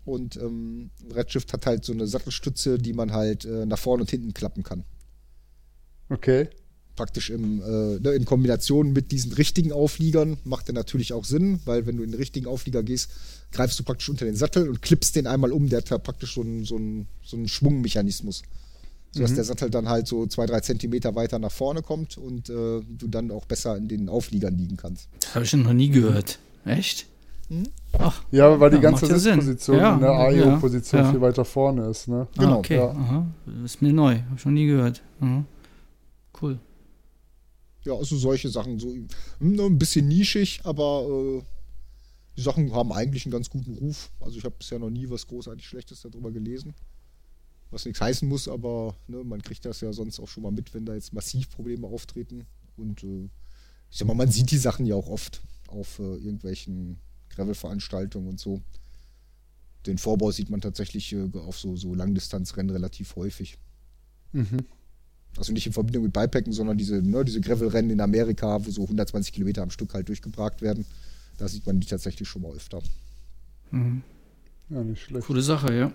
Und ähm, Redshift hat halt so eine Sattelstütze, die man halt äh, nach vorne und hinten klappen kann. Okay. Praktisch im, äh, ne, in Kombination mit diesen richtigen Aufliegern macht der natürlich auch Sinn, weil wenn du in den richtigen Auflieger gehst, greifst du praktisch unter den Sattel und klippst den einmal um. Der hat da praktisch so einen, so einen, so einen Schwungmechanismus. Sodass mhm. der Sattel dann halt so zwei, drei Zentimeter weiter nach vorne kommt und äh, du dann auch besser in den Aufliegern liegen kannst. Das habe ich noch nie gehört. Echt? Mhm. Ach, ja, weil die ja, ganze Sitzposition ja, in der A E O-Position ja. viel weiter vorne ist. Ne? Genau. Ah, okay, ja. aha. Das ist mir neu. Habe ich noch nie gehört. Aha. Cool. Ja, also solche Sachen, so ein bisschen nischig, aber äh, die Sachen haben eigentlich einen ganz guten Ruf. Also ich habe bisher noch nie was großartig Schlechtes darüber gelesen. Was nichts heißen muss, aber ne, man kriegt das ja sonst auch schon mal mit, wenn da jetzt massiv Probleme auftreten. Und äh, ich sag mal, man sieht die Sachen ja auch oft auf äh, irgendwelchen Gravel-Veranstaltungen und so. Den Vorbau sieht man tatsächlich äh, auf so, so Langdistanzrennen relativ häufig. Mhm. Also nicht in Verbindung mit Bikepacken, sondern diese, ne, diese Gravel-Rennen in Amerika, wo so hundertzwanzig Kilometer am Stück halt durchgebragt werden. Da sieht man die tatsächlich schon mal öfter. Mhm. Ja, nicht schlecht. Coole Sache, ja.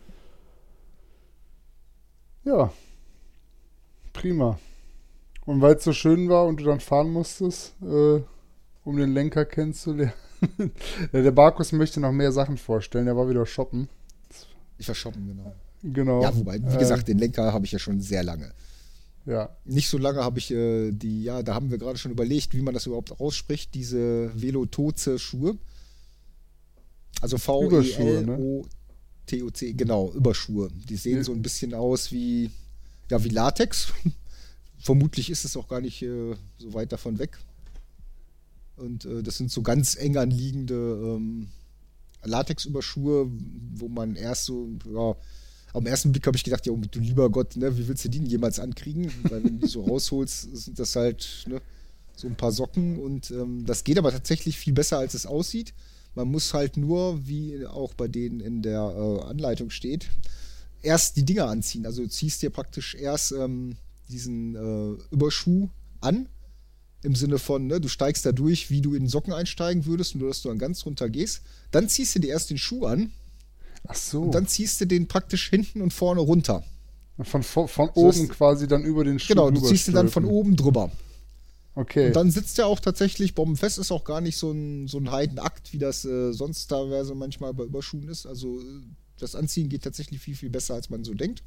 Ja, prima. Und weil es so schön war und du dann fahren musstest, äh, um den Lenker kennenzulernen. ja, der Markus möchte noch mehr Sachen vorstellen, der war wieder shoppen. Ich war shoppen, genau. Genau. Ja, wobei, wie gesagt, äh, den Lenker habe ich ja schon sehr lange. Ja. Nicht so lange habe ich äh, die, ja, da haben wir gerade schon überlegt, wie man das überhaupt ausspricht, diese Velotoze-Schuhe. Also V E L O T O C, genau, Überschuhe. Die sehen ja. so ein bisschen aus wie, ja, wie Latex. Vermutlich ist es auch gar nicht äh, so weit davon weg. Und äh, das sind so ganz eng anliegende ähm, Latex-Überschuhe, wo man erst so, ja, am ersten Blick habe ich gedacht, ja, du lieber Gott, ne, wie willst du die denn jemals ankriegen? Weil wenn du die so rausholst, sind das halt ne, so ein paar Socken und ähm, das geht aber tatsächlich viel besser, als es aussieht. Man muss halt nur, wie auch bei denen in der äh, Anleitung steht, erst die Dinger anziehen. Also du ziehst dir praktisch erst ähm, diesen äh, Überschuh an, im Sinne von, ne, du steigst da durch, wie du in Socken einsteigen würdest, nur dass du dann ganz runter gehst. Dann ziehst du dir erst den Schuh an. Ach so. Und dann ziehst du den praktisch hinten und vorne runter. Von, von, von so oben quasi dann über den Schuh. Genau, du ziehst ihn dann von oben drüber. Okay. Und dann sitzt er auch tatsächlich bombenfest, ist auch gar nicht so ein, so ein Heidenakt, wie das äh, sonst teilweise manchmal bei Überschuhen ist. Also das Anziehen geht tatsächlich viel, viel besser, als man so denkt.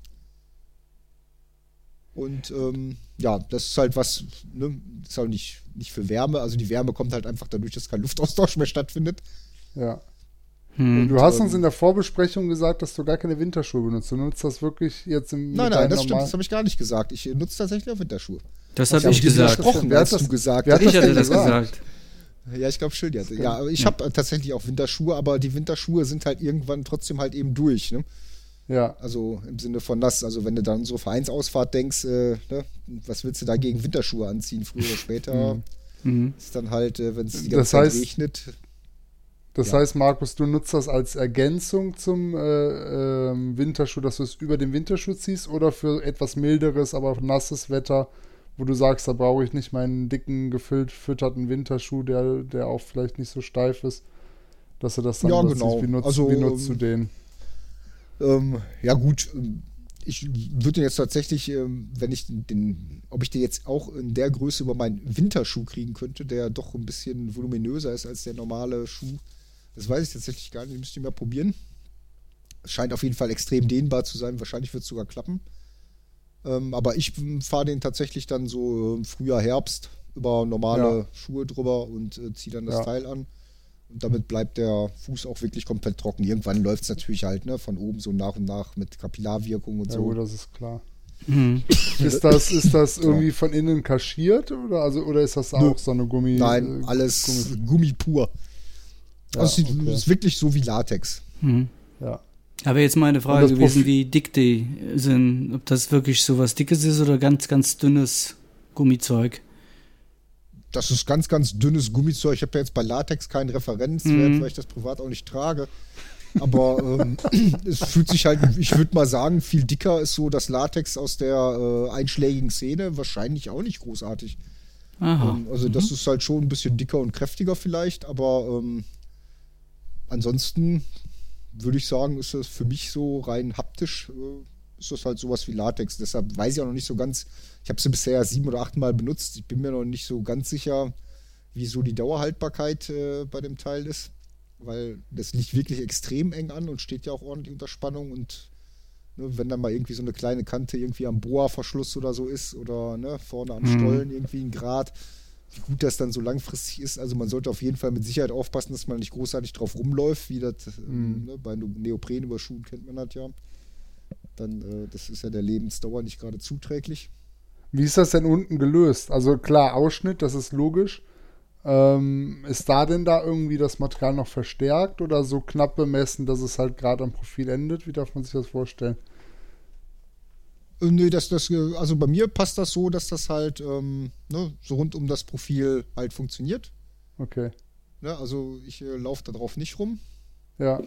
Und ähm, ja, das ist halt was, ne, das ist halt nicht, nicht für Wärme. Also die Wärme kommt halt einfach dadurch, dass kein Luftaustausch mehr stattfindet. Ja. Hm. Und du hast ähm, uns in der Vorbesprechung gesagt, dass du gar keine Winterschuhe benutzt. Du nutzt das wirklich jetzt im Nein, nein, das stimmt, das habe ich gar nicht gesagt. Ich nutze tatsächlich auch Winterschuhe. Das habe ich gesagt. Gesprochen, wer hat das, du gesagt wer hat ich das hatte das gesagt? gesagt. Ja, ich glaube schon. Ja, ja ich habe äh, tatsächlich auch Winterschuhe, aber die Winterschuhe sind halt irgendwann trotzdem halt eben durch. Ne? Ja. Also im Sinne von nass. Also wenn du dann so Vereinsausfahrt denkst, äh, ne, was willst du da gegen Winterschuhe anziehen, früher oder später? Mhm. Ist dann halt, äh, wenn es die ganze Das Zeit heißt, regnet. Das Ja. heißt, Markus, du nutzt das als Ergänzung zum äh, ähm, Winterschuh, dass du es über den Winterschuh ziehst oder für etwas milderes, aber nasses Wetter, wo du sagst, da brauche ich nicht meinen dicken, gefüllt, fütterten Winterschuh, der, der auch vielleicht nicht so steif ist, dass du das dann Ja, benutzt. genau. Wie nutzt, Also, wie nutzt du ähm, den? Ähm, ja gut, ähm, ich würde den jetzt tatsächlich, ähm, wenn ich den, den, ob ich den jetzt auch in der Größe über meinen Winterschuh kriegen könnte, der doch ein bisschen voluminöser ist als der normale Schuh. Das weiß ich tatsächlich gar nicht, ich müsste ihn mal probieren. Es scheint auf jeden Fall extrem dehnbar zu sein, wahrscheinlich wird es sogar klappen. Ähm, aber ich fahre den tatsächlich dann so im Frühjahr, Herbst über normale Ja. Schuhe drüber und äh, ziehe dann das Ja. Teil an. Und damit bleibt der Fuß auch wirklich komplett trocken. Irgendwann läuft es natürlich halt ne, von oben so nach und nach mit Kapillarwirkung und Ja, so. gut, das ist klar. Mhm. Ist das, ist das irgendwie von innen kaschiert oder, also, oder ist das Nö. auch so eine Gummi? Nein, äh, alles Gummi- Gummi pur. Ja, Also es okay. ist wirklich so wie Latex. Mhm. Ja. Aber jetzt meine Und Frage das gewesen, Profi- wie dick die sind. Ob das wirklich so was Dickes ist oder ganz, ganz dünnes Gummizeug. Das ist ganz, ganz dünnes Gummizeug. Ich habe ja jetzt bei Latex keinen Referenzwert, Mhm. weil ich das privat auch nicht trage. Aber ähm, es fühlt sich halt, ich würde mal sagen, viel dicker ist so das Latex aus der äh, einschlägigen Szene. Wahrscheinlich auch nicht großartig. Aha. Ähm, also das ist halt schon ein bisschen dicker und kräftiger vielleicht, aber ähm, ansonsten würde ich sagen, ist das für mich so rein haptisch, äh, ist das halt sowas wie Latex. Deshalb weiß ich auch noch nicht so ganz, ich habe sie bisher sieben oder acht Mal benutzt. Ich bin mir noch nicht so ganz sicher, wie so die Dauerhaltbarkeit äh, bei dem Teil ist. Weil das liegt wirklich extrem eng an und steht ja auch ordentlich unter Spannung. Und ne, wenn dann mal irgendwie so eine kleine Kante irgendwie am Boa-Verschluss oder so ist oder ne, vorne am Stollen irgendwie ein Grad, wie gut das dann so langfristig ist. Also man sollte auf jeden Fall mit Sicherheit aufpassen, dass man nicht großartig drauf rumläuft, wie das mhm. ne, bei Neoprenüberschuhen kennt man das ja. Dann, äh, das ist ja der Lebensdauer nicht gerade zuträglich. Wie ist das denn unten gelöst? Also klar, Ausschnitt, das ist logisch. Ähm, ist da denn da irgendwie das Material noch verstärkt oder so knapp bemessen, dass es halt gerade am Profil endet? Wie darf man sich das vorstellen? Äh, nee, das, das, also bei mir passt das so, dass das halt ähm, ne, so rund um das Profil halt funktioniert. Okay. Ne, also ich äh, laufe da drauf nicht rum. Ja.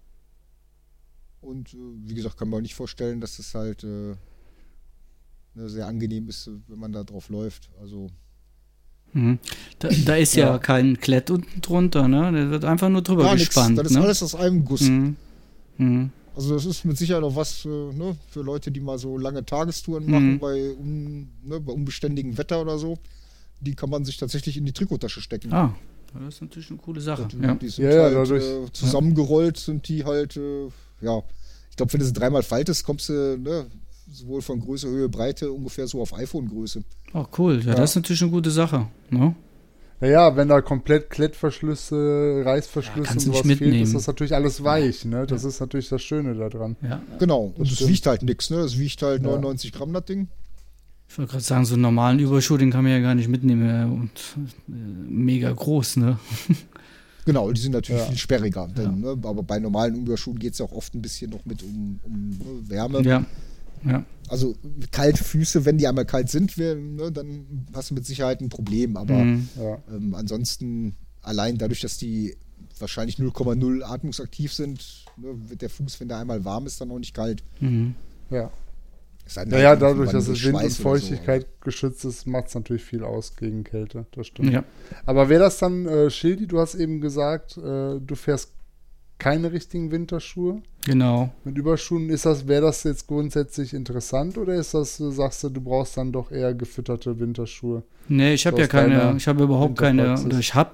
Und äh, wie gesagt, kann man nicht vorstellen, dass es halt äh, ne, sehr angenehm ist, wenn man da drauf läuft. Also mhm. da, da ist ja. ja kein Klett unten drunter, ne? Der wird einfach nur drüber Gar gespannt. Nix. Das ne? ist alles aus einem Guss. Mhm. Mhm. Also das ist mit Sicherheit auch was äh, ne, für Leute, die mal so lange Tagestouren machen, Mhm. bei, un, ne, bei unbeständigem Wetter oder so. Die kann man sich tatsächlich in die Trikottasche stecken. Ah, das ist natürlich eine coole Sache. Die, Ja. die sind Ja, ja, halt dadurch- äh, zusammengerollt, sind die halt, äh, ja, ich glaube, wenn du sie dreimal faltest, kommst du ne, sowohl von Größe, Höhe, Breite ungefähr so auf iPhone-Größe. Oh, cool. Ja, Ja. das ist natürlich eine gute Sache. Ne? Naja, wenn da komplett Klettverschlüsse, Reißverschlüsse Ja, und kannst du sowas nicht fehlt, mitnehmen. ist das natürlich alles weich, ne? Das ist natürlich das Schöne daran. Ja. Genau, und es stimmt. wiegt halt nichts, ne? Es wiegt halt Ja. neunundneunzig Gramm, das Ding. Ich wollte gerade sagen, so einen normalen Überschuh, den kann man ja gar nicht mitnehmen. ja, Und äh, mega groß, ne? Genau, die sind natürlich Ja. viel sperriger. Denn, ne, aber bei normalen Überschuhen geht es ja auch oft ein bisschen noch mit um, um ne, Wärme. Ja. Ja. Also kalte Füße, wenn die einmal kalt sind, wär, ne, dann hast du mit Sicherheit ein Problem. Aber Mhm. Ja. ähm, ansonsten, allein dadurch, dass die wahrscheinlich null Komma null atmungsaktiv sind, ne, wird der Fuß, wenn der einmal warm ist, dann auch nicht kalt. Mhm. Ja. Es sei denn, Naja, halt dadurch, irgendwann dass durch es Wind und Schweiß oder Feuchtigkeit geschützt ist, macht es natürlich viel aus gegen Kälte. Das stimmt. Ja. Aber wäre das dann, äh, Schildi, du hast eben gesagt, äh, du fährst keine richtigen Winterschuhe Genau. mit Überschuhen. Ist das, wäre das jetzt grundsätzlich interessant oder ist das, äh, sagst du, du brauchst dann doch eher gefütterte Winterschuhe? Nee, ich habe So ja aus keine, deiner ich habe überhaupt keine, Winterpraxis. oder ich habe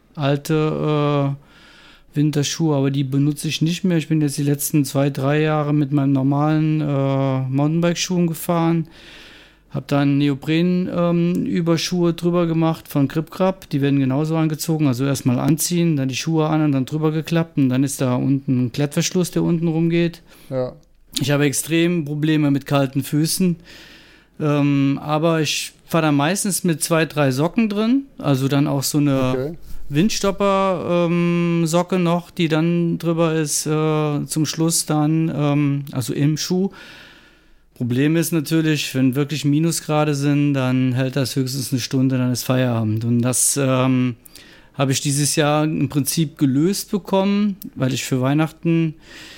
alte äh, Winterschuhe, aber die benutze ich nicht mehr. Ich bin jetzt die letzten zwei, drei Jahre mit meinen normalen äh, Mountainbike-Schuhen gefahren. Habe dann Neopren-Überschuhe drüber gemacht von Grip-Grab. Die werden genauso angezogen. Also erstmal anziehen, dann die Schuhe an und dann drüber geklappt. Und dann ist da unten ein Klettverschluss, der unten rumgeht. Ja. Ich habe extrem Probleme mit kalten Füßen. Ähm, aber ich fahre dann meistens mit zwei, drei Socken drin. Also dann auch so eine Okay. Windstopper-Socke noch, die dann drüber ist äh, zum Schluss dann, ähm, also im Schuh. Problem ist natürlich, wenn wirklich Minusgrade sind, dann hält das höchstens eine Stunde, dann ist Feierabend. Und das ähm, habe ich dieses Jahr im Prinzip gelöst bekommen, weil ich für Weihnachten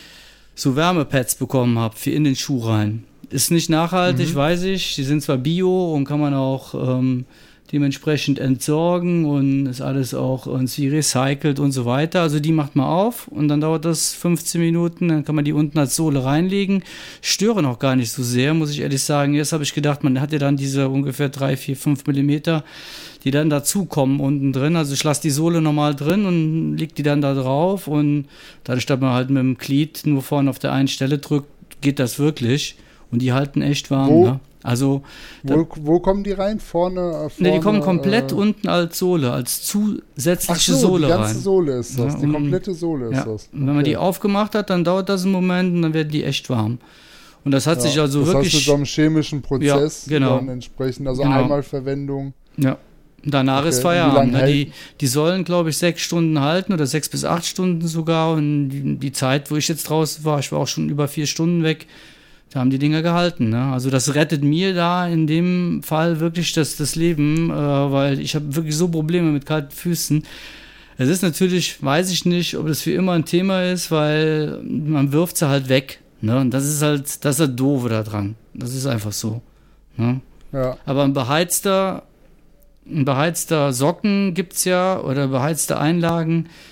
so Wärmepads bekommen habe, für in den Schuh rein. Ist nicht nachhaltig, Mhm. weiß ich. Die sind zwar bio und kann man auch ähm, dementsprechend entsorgen und ist alles auch irgendwie recycelt und so weiter. Also die macht man auf und dann dauert das fünfzehn Minuten, dann kann man die unten als Sohle reinlegen. Stören auch gar nicht so sehr, muss ich ehrlich sagen. Jetzt habe ich gedacht, man hat ja dann diese ungefähr drei, vier, fünf Millimeter, die dann dazukommen unten drin. Also ich lasse die Sohle normal drin und leg die dann da drauf und dadurch, dass man halt mit dem Glied nur vorne auf der einen Stelle drückt, geht das wirklich. Und die halten echt warm, Wo? ne? Also Wo, wo kommen die rein? Vorne? äh, vorne Ne, die kommen komplett äh, unten als Sohle, als zusätzliche Ach so, Sohle die ganze rein. Sohle ist das. Ja, die um- komplette Sohle ist Ja. das. Und wenn man Okay. die aufgemacht hat, dann dauert das einen Moment und dann werden die echt warm. Und das hat Ja, sich also das heißt, wirklich. mit so einem chemischen Prozess Ja, genau. dann entsprechend, also Genau. Einmalverwendung. Ja. Danach Okay, ist wie Feierabend. lange Ne? Die, die sollen, glaube ich, sechs Stunden halten oder sechs bis acht Stunden sogar. Und die, die Zeit, wo ich jetzt draußen war, ich war auch schon über vier Stunden weg, da haben die Dinger gehalten. Ne? Also das rettet mir da in dem Fall wirklich das, das Leben, äh, weil ich habe wirklich so Probleme mit kalten Füßen. Es ist natürlich, weiß ich nicht, ob das für immer ein Thema ist, weil man wirft sie halt weg. Ne? Und das ist halt, das ist halt doof da dran. Das ist einfach so. Ne? Ja. Aber ein beheizter, ein beheizter Socken gibt's ja oder beheizte Einlagen,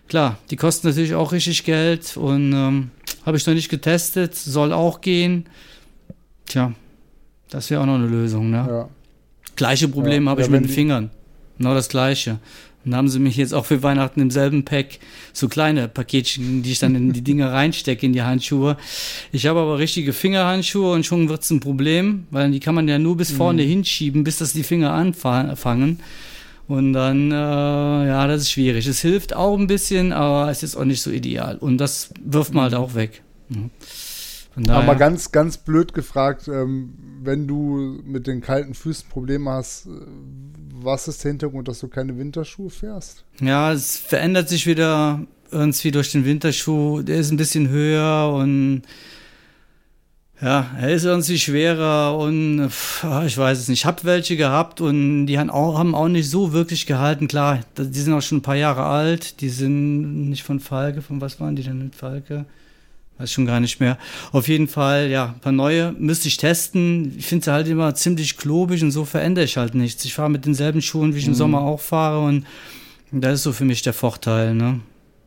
klar, die kosten natürlich auch richtig Geld und ähm, habe ich noch nicht getestet, soll auch gehen. Tja, das wäre auch noch eine Lösung, ne? Ja. Gleiche Problem ja, habe ja, ich mit den Fingern. Genau das Gleiche. Und dann haben sie mich jetzt auch für Weihnachten im selben Pack so kleine Paketchen, die ich dann in die Dinger reinstecke, in die Handschuhe. Ich habe aber richtige Fingerhandschuhe und schon wird es ein Problem, weil die kann man ja nur bis vorne mhm. hinschieben, bis das die Finger anfangen. Und dann, äh, ja, das ist schwierig. Es hilft auch ein bisschen, aber es ist auch nicht so ideal. Und das wirft man halt auch weg. Mhm. Aber ganz, ganz blöd gefragt, ähm, wenn du mit den kalten Füßen Probleme hast, was ist der Hintergrund, dass du keine Winterschuhe fährst? Ja, es verändert sich wieder irgendwie durch den Winterschuh. Der ist ein bisschen höher und ja, er ist irgendwie schwerer und ich weiß es nicht. Ich habe welche gehabt und die haben auch, haben auch nicht so wirklich gehalten. Klar, die sind auch schon ein paar Jahre alt. Die sind nicht von Falke. Von was waren die denn mit Falke? Weiß schon gar nicht mehr. Auf jeden Fall, ja, ein paar neue müsste ich testen. Ich finde sie halt immer ziemlich klobig und so verändere ich halt nichts. Ich fahre mit denselben Schuhen, wie ich mhm. im Sommer auch fahre und das ist so für mich der Vorteil, ne?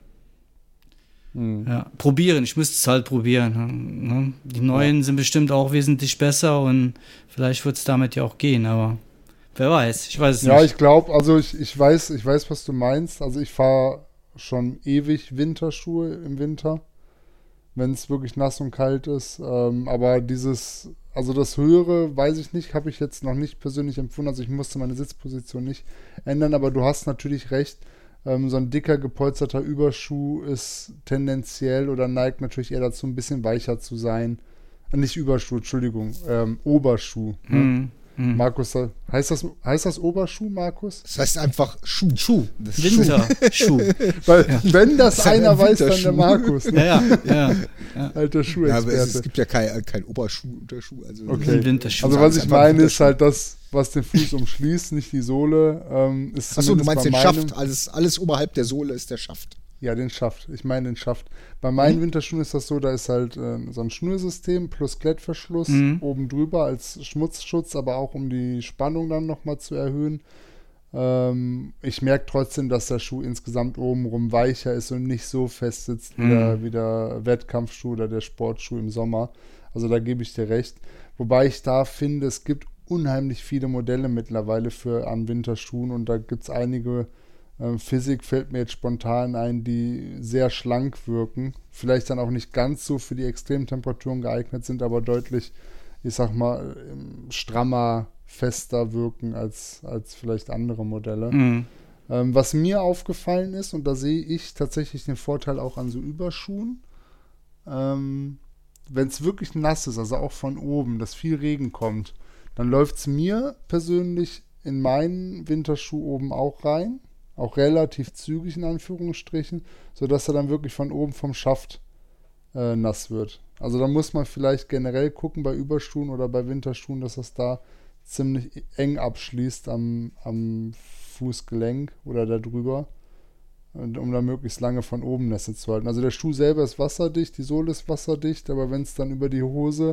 Mhm. Ja, probieren, ich müsste es halt probieren. Ne? Die neuen ja. sind bestimmt auch wesentlich besser und vielleicht wird es damit ja auch gehen, aber wer weiß, ich weiß es ja, nicht. Ja, ich glaube, also ich, ich weiß, ich weiß, was du meinst. Also ich fahre schon ewig Winterschuhe im Winter, wenn es wirklich nass und kalt ist. Ähm, aber dieses, also das Höhere, weiß ich nicht, habe ich jetzt noch nicht persönlich empfunden. Also ich musste meine Sitzposition nicht ändern, aber du hast natürlich recht. Ähm, so ein dicker, gepolsterter Überschuh ist tendenziell oder neigt natürlich eher dazu, ein bisschen weicher zu sein. Nicht Überschuh, Entschuldigung, ähm, Oberschuh. Ne? Mhm. Mhm. Markus, heißt das, heißt das Oberschuh, Markus? Das heißt einfach Schuh. Schuh. Winterschuh. Weil, ja. wenn das, das einer weiß, dann der Markus. Ne? Ja, ja, ja. Alter Schuhexperte. Ja, aber es, es gibt ja kein, kein Oberschuh, Unterschuh. Also, okay. Winterschuh. Also was ich meine, ist halt das, was den Fuß umschließt, nicht die Sohle. Ähm, Achso, du meinst den Schaft. Alles, alles oberhalb der Sohle ist der Schaft. Ja, den Schaft. Ich meine den Schaft. Bei meinen mhm. Winterschuhen ist das so, da ist halt äh, so ein Schnürsystem plus Klettverschluss mhm. oben drüber als Schmutzschutz, aber auch um die Spannung dann nochmal zu erhöhen. Ähm, ich merke trotzdem, dass der Schuh insgesamt obenrum weicher ist und nicht so fest sitzt mhm. wie, der, wie der Wettkampfschuh oder der Sportschuh im Sommer. Also da gebe ich dir recht. Wobei ich da finde, es gibt unheimlich viele Modelle mittlerweile für an Winterschuhen und da gibt es einige. Physik fällt mir jetzt spontan ein, die sehr schlank wirken. Vielleicht dann auch nicht ganz so für die Extremtemperaturen geeignet sind, aber deutlich, ich sag mal, strammer, fester wirken als, als vielleicht andere Modelle. Mhm. Ähm, was mir aufgefallen ist, und da sehe ich tatsächlich den Vorteil auch an so Überschuhen, ähm, wenn es wirklich nass ist, also auch von oben, dass viel Regen kommt, dann läuft es mir persönlich in meinen Winterschuh oben auch rein. Auch relativ zügig in Anführungsstrichen, sodass er dann wirklich von oben vom Schaft äh, nass wird. Also da muss man vielleicht generell gucken bei Überschuhen oder bei Winterschuhen, dass das da ziemlich eng abschließt am, am Fußgelenk oder da drüber, und, um da möglichst lange von oben Nässe zu halten. Also der Schuh selber ist wasserdicht, die Sohle ist wasserdicht, aber wenn es dann über die Hose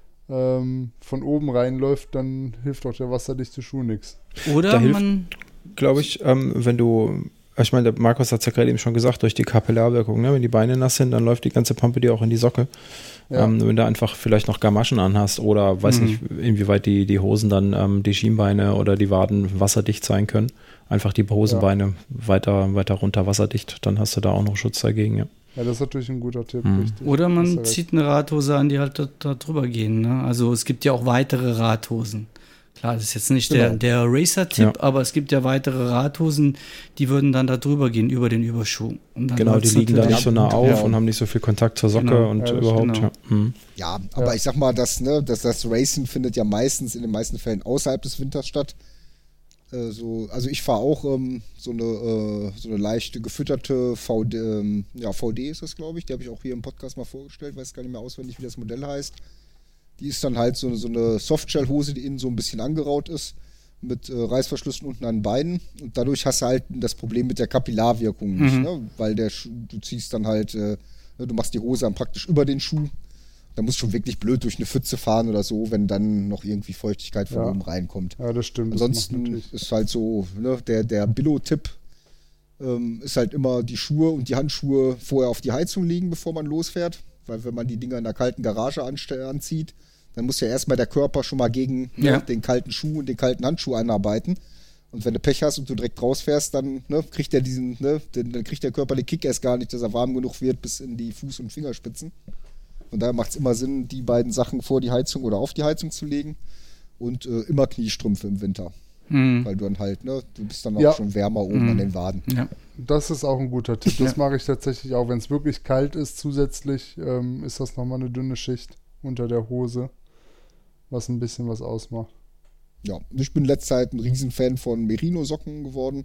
ähm, von oben reinläuft, dann hilft auch der wasserdichte Schuh nichts. Oder man... glaube ich, ähm, wenn du, ich meine, der Markus hat es ja gerade eben schon gesagt, durch die Kapillarwirkung, ne? Wenn die Beine nass sind, dann läuft die ganze Pampe dir auch in die Socke. Ja. Ähm, wenn du einfach vielleicht noch Gamaschen anhast oder weiß mhm. nicht, inwieweit die, die Hosen dann, ähm, die Schienbeine oder die Waden wasserdicht sein können. Einfach die Hosenbeine ja. weiter, weiter runter wasserdicht, dann hast du da auch noch Schutz dagegen, ja. Ja, das ist natürlich ein guter Tipp, mhm. richtig. Oder man zieht eine Radhose an, die halt da, da drüber gehen, ne? Also es gibt ja auch weitere Radhosen. Klar, das ist jetzt nicht genau. der, der Racer-Tipp, ja. aber es gibt ja weitere Radhosen, die würden dann da drüber gehen, über den Überschuh. Und dann genau, die liegen da nicht so nah auf ja. und haben nicht so viel Kontakt zur Socke genau. und ja, überhaupt. Genau. Ja. Mhm. ja, aber ja. ich sag mal, das, ne, das, das Racing findet ja meistens in den meisten Fällen außerhalb des Winters statt. Äh, so, also ich fahre auch ähm, so, eine, äh, so eine leichte gefütterte V D, ähm, ja, V D ist das, glaube ich. Die habe ich auch hier im Podcast mal vorgestellt, weiß gar nicht mehr auswendig, wie das Modell heißt. Die ist dann halt so, so eine Softshell-Hose, die innen so ein bisschen angeraut ist, mit äh, Reißverschlüssen unten an den Beinen. Und dadurch hast du halt das Problem mit der Kapillarwirkung nicht, mhm. ne? Weil der Schuh, du ziehst dann halt, äh, du machst die Hose dann praktisch über den Schuh. Da musst du schon wirklich blöd durch eine Pfütze fahren oder so, wenn dann noch irgendwie Feuchtigkeit von ja. oben reinkommt. Ja, das stimmt. Ansonsten das ist halt so, ne, der, der Billo-Tipp, ähm, ist halt immer die Schuhe und die Handschuhe vorher auf die Heizung liegen, bevor man losfährt. Weil wenn man die Dinger in der kalten Garage anst- anzieht, dann muss ja erstmal der Körper schon mal gegen ja. ne, den kalten Schuh und den kalten Handschuh einarbeiten. Und wenn du Pech hast und du direkt rausfährst, dann ne, kriegt der diesen, ne, den, dann kriegt der Körper den Kick erst gar nicht, dass er warm genug wird bis in die Fuß- und Fingerspitzen. Und daher macht es immer Sinn, die beiden Sachen vor die Heizung oder auf die Heizung zu legen. Und äh, immer Kniestrümpfe im Winter. Hm. Weil du dann halt, ne, du bist dann auch ja. schon wärmer oben hm. an den Waden. Ja. Das ist auch ein guter Tipp. Das ja. mache ich tatsächlich auch. Wenn es wirklich kalt ist, zusätzlich ähm, ist das nochmal eine dünne Schicht unter der Hose, was ein bisschen was ausmacht. Ja, ich bin letzte Zeit ein Riesenfan von Merino-Socken geworden.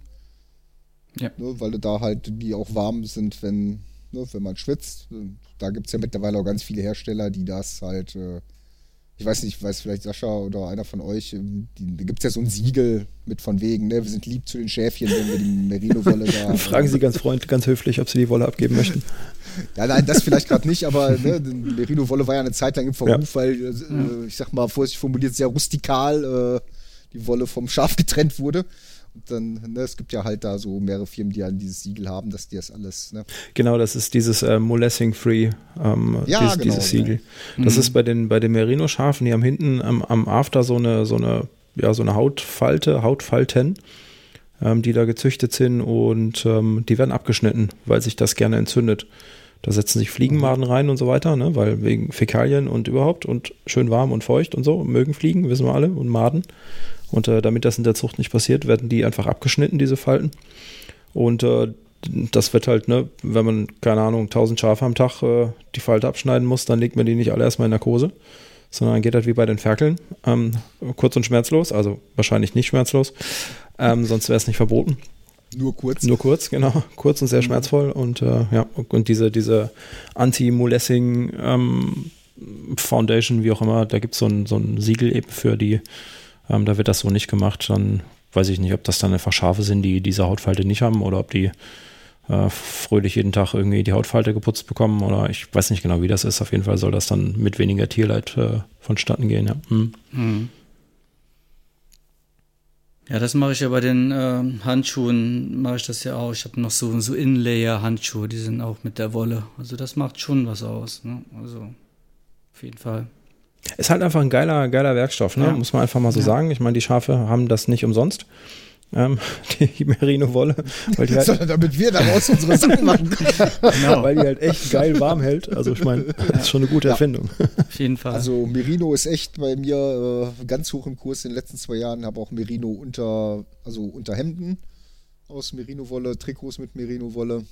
Ja. Ne, weil da halt die auch warm sind, wenn, ne, wenn man schwitzt. Da gibt es ja mittlerweile auch ganz viele Hersteller, die das halt, äh, ich weiß nicht, weiß vielleicht Sascha oder einer von euch, die, da gibt es ja so ein Siegel mit von wegen, ne, wir sind lieb zu den Schäfchen, wenn wir die Merino-Wolle da... Fragen Sie ganz freundlich, ganz höflich, ob Sie die Wolle abgeben möchten. Ja, nein, das vielleicht gerade nicht, aber ne, Merino-Wolle war ja eine Zeit lang im Verruf, ja. weil, äh, ich sag mal, vorsichtig formuliert, sehr rustikal äh, die Wolle vom Schaf getrennt wurde. Und dann, ne, es gibt ja halt da so mehrere Firmen, die ja dieses Siegel haben, dass die das alles, ne? Genau, das ist dieses äh, Molessing-Free, ähm, ja, dieses, genau, dieses Siegel. Ja. Das mhm. ist bei den, bei den Merino-Schafen, die haben hinten am, am After so eine, so eine, ja, so eine Hautfalte, Hautfalten, ähm, die da gezüchtet sind und ähm, die werden abgeschnitten, weil sich das gerne entzündet. Da setzen sich Fliegenmaden rein und so weiter, ne, weil wegen Fäkalien und überhaupt und schön warm und feucht und so, mögen Fliegen, wissen wir alle, und Maden. Und äh, damit das in der Zucht nicht passiert, werden die einfach abgeschnitten, diese Falten. Und äh, das wird halt, ne, wenn man, keine Ahnung, tausend Schafe am Tag äh, die Falte abschneiden muss, dann legt man die nicht alle erstmal in Narkose, sondern geht halt wie bei den Ferkeln, ähm, kurz und schmerzlos, also wahrscheinlich nicht schmerzlos, ähm, sonst wäre es nicht verboten. Nur kurz. Nur kurz, genau. Kurz und sehr mhm. schmerzvoll. Und äh, ja, und diese, diese Anti-Molessing ähm, Foundation, wie auch immer, da gibt es so ein, so ein Siegel eben für die, ähm, da wird das so nicht gemacht. Dann weiß ich nicht, ob das dann einfach Schafe sind, die diese Hautfalte nicht haben oder ob die äh, fröhlich jeden Tag irgendwie die Hautfalte geputzt bekommen oder ich weiß nicht genau, wie das ist. Auf jeden Fall soll das dann mit weniger Tierleid äh, vonstatten gehen, ja. Mhm. Mhm. Ja, das mache ich ja bei den äh, Handschuhen, mache ich das ja auch. Ich habe noch so, so Inlayer-Handschuhe, die sind auch mit der Wolle. Also das macht schon was aus, ne? Also auf jeden Fall. Ist halt einfach ein geiler, geiler Werkstoff, ne? Ja. Muss man einfach mal so ja. sagen. Ich meine, die Schafe haben das nicht umsonst, ähm, die Merino-Wolle. Weil die halt sondern damit wir daraus unsere Sachen machen können. Genau. Weil die halt echt geil warm hält. Also ich meine, das ja. ist schon eine gute ja. Erfindung. Auf jeden Fall. Also Merino ist echt bei mir äh, ganz hoch im Kurs in den letzten zwei Jahren. Habe auch Merino unter, also Unterhemden aus Merino-Wolle, Trikots mit Merino-Wolle.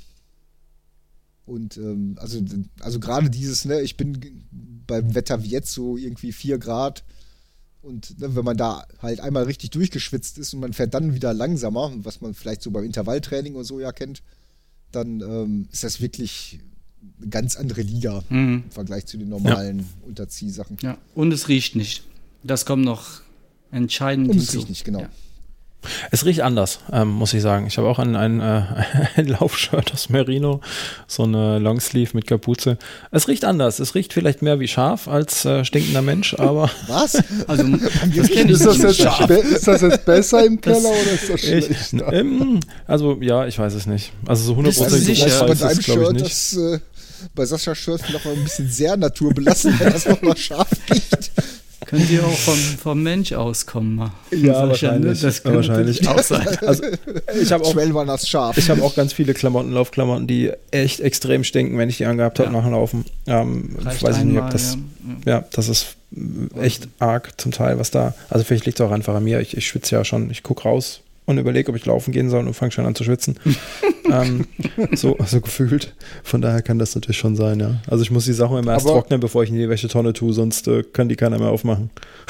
Und ähm, also, also gerade dieses, ne, ich bin beim Wetter wie jetzt so irgendwie vier Grad und ne, wenn man da halt einmal richtig durchgeschwitzt ist und man fährt dann wieder langsamer, was man vielleicht so beim Intervalltraining oder so ja kennt, dann ähm, ist das wirklich eine ganz andere Liga mhm. im Vergleich zu den normalen ja. Unterziehsachen. Ja, und es riecht nicht. Das kommt noch entscheidend hinzu. Und es riecht nicht, genau. Ja. Es riecht anders, ähm, muss ich sagen. Ich habe auch ein, ein, äh, ein Laufshirt aus Merino, so eine Longsleeve mit Kapuze. Es riecht anders. Es riecht vielleicht mehr wie Schaf als äh, stinkender Mensch, aber... Was? Also, das ist, das jetzt be- ist das jetzt besser im Keller das oder ist das schlecht? Ähm, also, ja, ich weiß es nicht. Also so hundert Prozent sicher bei deinem Shirt, das äh, bei Saschas Shirt noch mal ein bisschen sehr naturbelassen, wenn das noch mal scharf riecht. Könnt ihr auch vom, vom Mensch auskommen? Ja, wahrscheinlich. Das könnte wahrscheinlich auch sein. Also, ich habe auch, war das scharf. Ich habe auch ganz viele Klamotten, Laufklamotten, die echt extrem stinken, wenn ich die angehabt habe ja. nach dem Laufen. Ähm, weiß ich nicht, ob das, ja. ja, das ist echt arg zum Teil, was da, also vielleicht liegt es auch einfach an mir. Ich, ich schwitze ja schon, ich gucke raus und überlege, ob ich laufen gehen soll und fange schon an zu schwitzen. ähm, so, so gefühlt. Von daher kann das natürlich schon sein, ja. Also ich muss die Sachen immer erst Aber trocknen, bevor ich in die Wäschetonne tue, sonst äh, kann die keiner mehr aufmachen.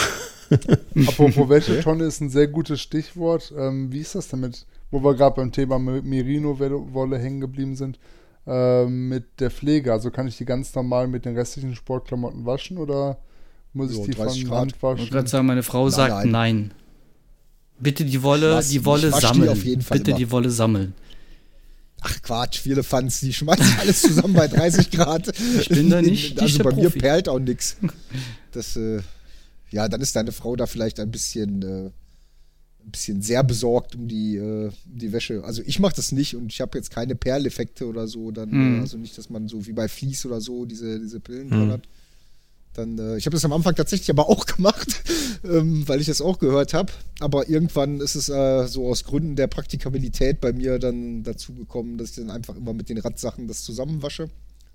Apropos Wäschetonne ist ein sehr gutes Stichwort. Ähm, wie ist das damit, wo wir gerade beim Thema Merino-Wolle hängen geblieben sind, äh, mit der Pflege? Also kann ich die ganz normal mit den restlichen Sportklamotten waschen oder muss ich so, die von Hand waschen? Ich wollte gerade sagen, meine Frau nein, sagt nein. nein. Bitte die Wolle, was, die Wolle sammeln. Die auf jeden Fall Bitte immer. die Wolle sammeln. Ach Quatsch, viele Fans, die schmeißen alles zusammen bei dreißig Grad. Ich bin da nicht Also nicht bei Profi. Mir perlt auch nichts. Das, äh, ja, dann ist deine Frau da vielleicht ein bisschen ein bisschen sehr besorgt um die, äh, die Wäsche. Also ich mache das nicht und ich habe jetzt keine Perleffekte oder so. Dann, Mhm. äh, also nicht, dass man so wie bei Vlies oder so diese, diese Pillen Mhm. dran hat. Dann, äh, ich habe das am Anfang tatsächlich aber auch gemacht, ähm, weil ich das auch gehört habe. Aber irgendwann ist es äh, so aus Gründen der Praktikabilität bei mir dann dazu gekommen, dass ich dann einfach immer mit den Radsachen das zusammenwasche.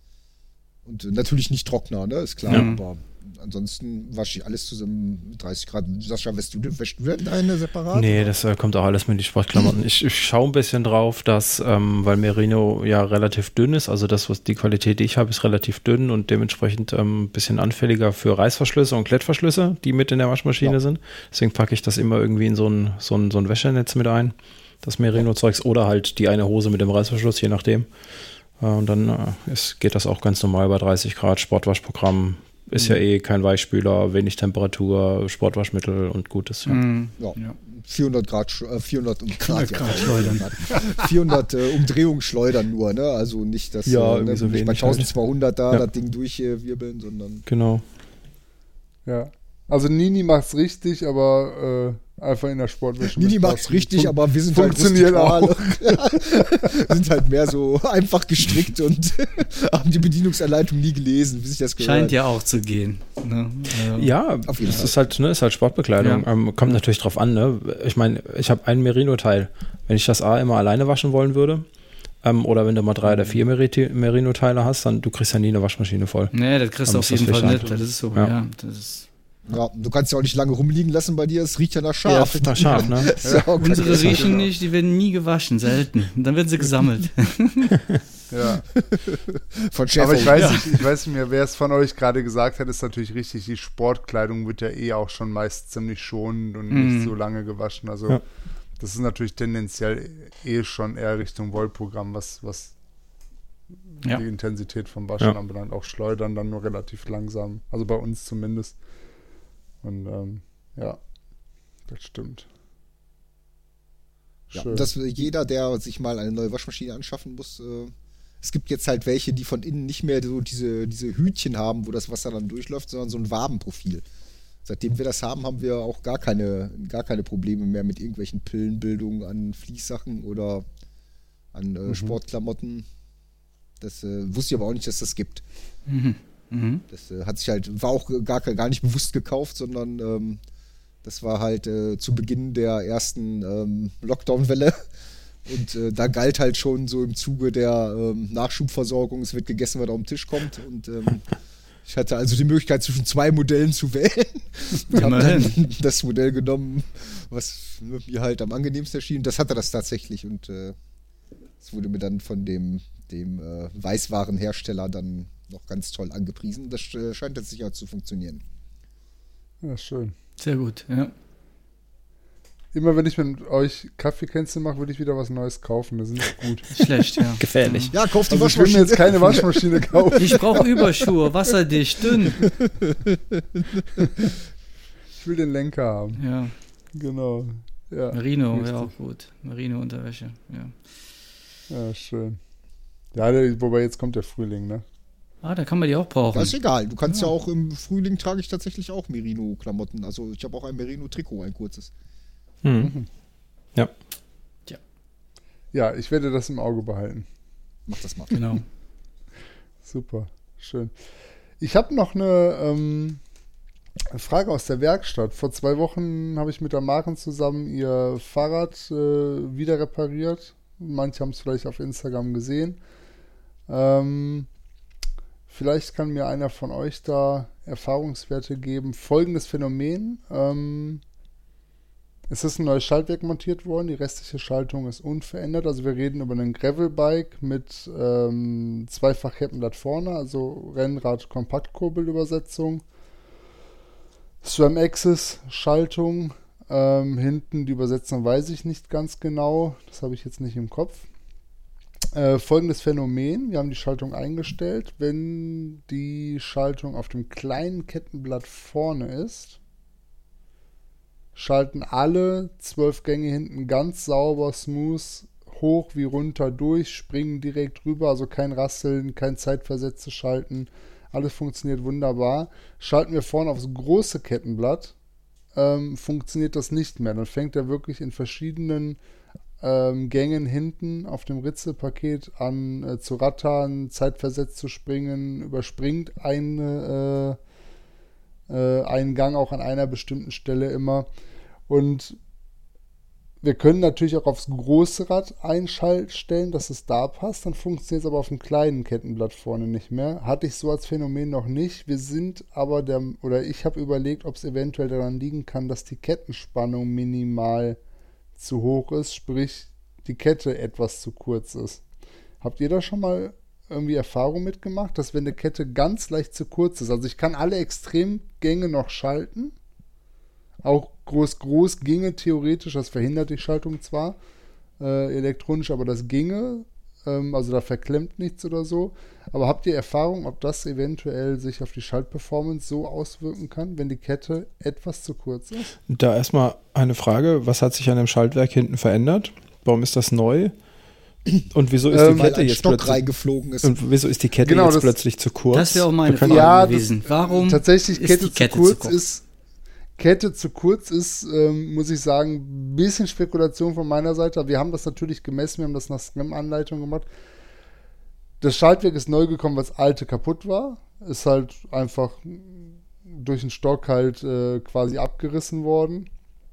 Und äh, natürlich nicht Trockner, ne, ist klar. Ja. Aber ansonsten wasche ich alles zusammen mit dreißig Grad. Sascha, wäschst du, wäschst du denn deine separat? Nee, das äh, kommt auch alles mit den Sportklamotten. Ich, ich schaue ein bisschen drauf, dass, ähm, weil Merino ja relativ dünn ist, also das, was die Qualität, die ich habe, ist relativ dünn und dementsprechend ähm, ein bisschen anfälliger für Reißverschlüsse und Klettverschlüsse, die mit in der Waschmaschine Ja. sind. Deswegen packe ich das immer irgendwie in so ein, so ein, so ein Wäschenetz mit ein, das Merino-Zeugs oder halt die eine Hose mit dem Reißverschluss, je nachdem. Äh, und dann äh, ist, geht das auch ganz normal bei dreißig Grad, Sportwaschprogramm. Ist ja eh kein Weichspüler, wenig Temperatur, Sportwaschmittel und gutes. Ja. Mhm. Ja, Ja. vierhundert Grad, Sch- äh, vierhundert um Grad, Grad schleudern. vierhundert äh, Umdrehungen schleudern nur, ne? Also nicht, dass Ja, äh, irgendwie ne, so nicht wenig bei halt. zwölfhundert da Ja. das Ding durchwirbeln, sondern Genau. Ja. Also Nini macht's richtig, aber äh, einfach in der Sportwäsche. Nini mitpassen. macht's richtig, Fun- aber wir sind funktioniert halt auch. rustikal. sind halt mehr so einfach gestrickt und haben die Bedienungsanleitung nie gelesen, wie sich das gehört. Scheint ja auch zu gehen. Ne? Also, Ja, Auf jeden es Fall. ist halt, ne, ist halt Sportbekleidung. Ja. Ähm, kommt natürlich drauf an, ne? Ich meine, ich habe ein Merino-Teil. Wenn ich das A immer alleine waschen wollen würde, ähm, oder wenn du mal drei oder vier Meri- Merino-Teile hast, dann du kriegst ja nie eine Waschmaschine voll. Nee, das kriegst Dann du auf muss jeden das Fall Fisch nicht. sein. Das ist so, Ja. ja. Das ist Ja, du kannst ja auch nicht lange rumliegen lassen bei dir, es riecht ja nach Ja, Schaf. total scharf, ne? Ist ja auch keine Unsere Sache. riechen nicht, die werden nie gewaschen, selten. Und dann werden sie gesammelt. Ja. Von Schäfer. Aber ich weiß nicht, ich weiß nicht mehr, wer es von euch gerade gesagt hat, ist natürlich richtig, die Sportkleidung wird ja eh auch schon meist ziemlich schonend und Mhm. nicht so lange gewaschen. Also Ja. das ist natürlich tendenziell eh schon eher Richtung Wollprogramm, was, was Ja. die Intensität vom Waschen Ja. anbelangt. Auch Schleudern dann nur relativ langsam. Also bei uns zumindest. Und ähm, ja, das stimmt. Ja, Schön. dass jeder, der sich mal eine neue Waschmaschine anschaffen muss, äh, es gibt jetzt halt welche, die von innen nicht mehr so diese, diese Hütchen haben, wo das Wasser dann durchläuft, sondern so ein Wabenprofil. Seitdem wir das haben, haben wir auch gar keine, gar keine Probleme mehr mit irgendwelchen Pillenbildungen an Fließsachen oder an äh, Mhm. Sportklamotten. Das äh, wusste ich aber auch nicht, dass das gibt. Mhm. Mhm. Das äh, hat sich halt, war auch gar, gar nicht bewusst gekauft, sondern ähm, das war halt äh, zu Beginn der ersten ähm, Lockdown-Welle. Und äh, da galt halt schon so im Zuge der ähm, Nachschubversorgung, es wird gegessen, was auf den Tisch kommt. Und ähm, ich hatte also die Möglichkeit, zwischen zwei Modellen zu wählen. Ich habe dann das Modell genommen, was mir halt am angenehmsten erschien. Das hatte das tatsächlich. Und äh, es wurde mir dann von dem, dem äh, Weißwarenhersteller dann noch ganz toll angepriesen. Das äh, scheint jetzt sicher zu funktionieren. Ja, schön. Sehr gut, ja. Immer wenn ich mit euch Kaffeekränze mache, würde ich wieder was Neues kaufen. Das ist nicht gut. Schlecht, ja. Gefährlich. Ja, kauf die Also ich will mir Waschmaschine. jetzt keine Waschmaschine kaufen. Ich brauche Überschuhe, wasserdicht, dünn. Ich will den Lenker haben. Ja, Genau. Ja, Merino richtig. wäre auch gut. Merino-Unterwäsche, ja. Ja, schön. Ja, der, wobei jetzt kommt der Frühling, ne? Ah, da kann man die auch brauchen. Das ist egal. Du kannst ja. auch im Frühling trage ich tatsächlich auch Merino-Klamotten. Also ich habe auch ein Merino-Trikot, ein kurzes. Mhm. Ja. Ja, ich werde das im Auge behalten. Mach das mal. Genau. Super, schön. Ich habe noch eine ähm, Frage aus der Werkstatt. Vor zwei Wochen habe ich mit der Maren zusammen ihr Fahrrad äh, wieder repariert. Manche haben es vielleicht auf Instagram gesehen. Ähm, vielleicht kann mir einer von euch da Erfahrungswerte geben. Folgendes Phänomen. Ähm, es ist ein neues Schaltwerk montiert worden. Die restliche Schaltung ist unverändert. Also wir reden über einen Gravelbike mit ähm, zweifach Kettenblatt vorne, also Rennrad-Kompaktkurbelübersetzung. SRAM-Axis-Schaltung. Ähm, hinten die Übersetzung weiß ich nicht ganz genau. Das habe ich jetzt nicht im Kopf. Äh, folgendes Phänomen. Wir haben die Schaltung eingestellt. Wenn die Schaltung auf dem kleinen Kettenblatt vorne ist, schalten alle zwölf Gänge hinten ganz sauber, smooth, hoch wie runter durch, springen direkt rüber, also kein Rasseln, kein Zeitversetzte schalten. Alles funktioniert wunderbar. Schalten wir vorne aufs große Kettenblatt, ähm, funktioniert das nicht mehr. Dann fängt er wirklich in verschiedenen ähm, Gängen hinten auf dem Ritzelpaket an äh, zu rattern, zeitversetzt zu springen, überspringt eine, äh, äh, einen Gang auch an einer bestimmten Stelle immer. Und wir können natürlich auch aufs große Rad einstellen, dass es da passt, dann funktioniert es aber auf dem kleinen Kettenblatt vorne nicht mehr. Hatte ich so als Phänomen noch nicht. Wir sind aber der, oder ich habe überlegt, ob es eventuell daran liegen kann, dass die Kettenspannung minimal zu hoch ist, sprich die Kette etwas zu kurz ist. Habt ihr da schon mal irgendwie Erfahrung mitgemacht, dass wenn eine Kette ganz leicht zu kurz ist, also ich kann alle Extremgänge noch schalten, auch groß-groß ginge theoretisch, das verhindert die Schaltung zwar äh, elektronisch, aber das ginge, ähm, also da verklemmt nichts oder so. Aber habt ihr Erfahrung, ob das eventuell sich auf die Schaltperformance so auswirken kann, wenn die Kette etwas zu kurz ist? Da erstmal eine Frage, was hat sich an dem Schaltwerk hinten verändert? Warum ist das neu? Und wieso ist ähm, die Kette ein jetzt Stock plötzlich reingeflogen ist. Und wieso ist die Kette genau, jetzt plötzlich zu kurz? Das wäre auch meine Frage ja, gewesen. Warum tatsächlich ist Kette die Kette zu kurz zu kurz? ist Kette zu kurz ist, ähm, muss ich sagen, ein bisschen Spekulation von meiner Seite. Wir haben das natürlich gemessen, wir haben das nach SRAM-Anleitung gemacht. Das Schaltwerk ist neu gekommen, weil das alte kaputt war. Ist halt einfach durch den Stock halt äh, quasi abgerissen worden.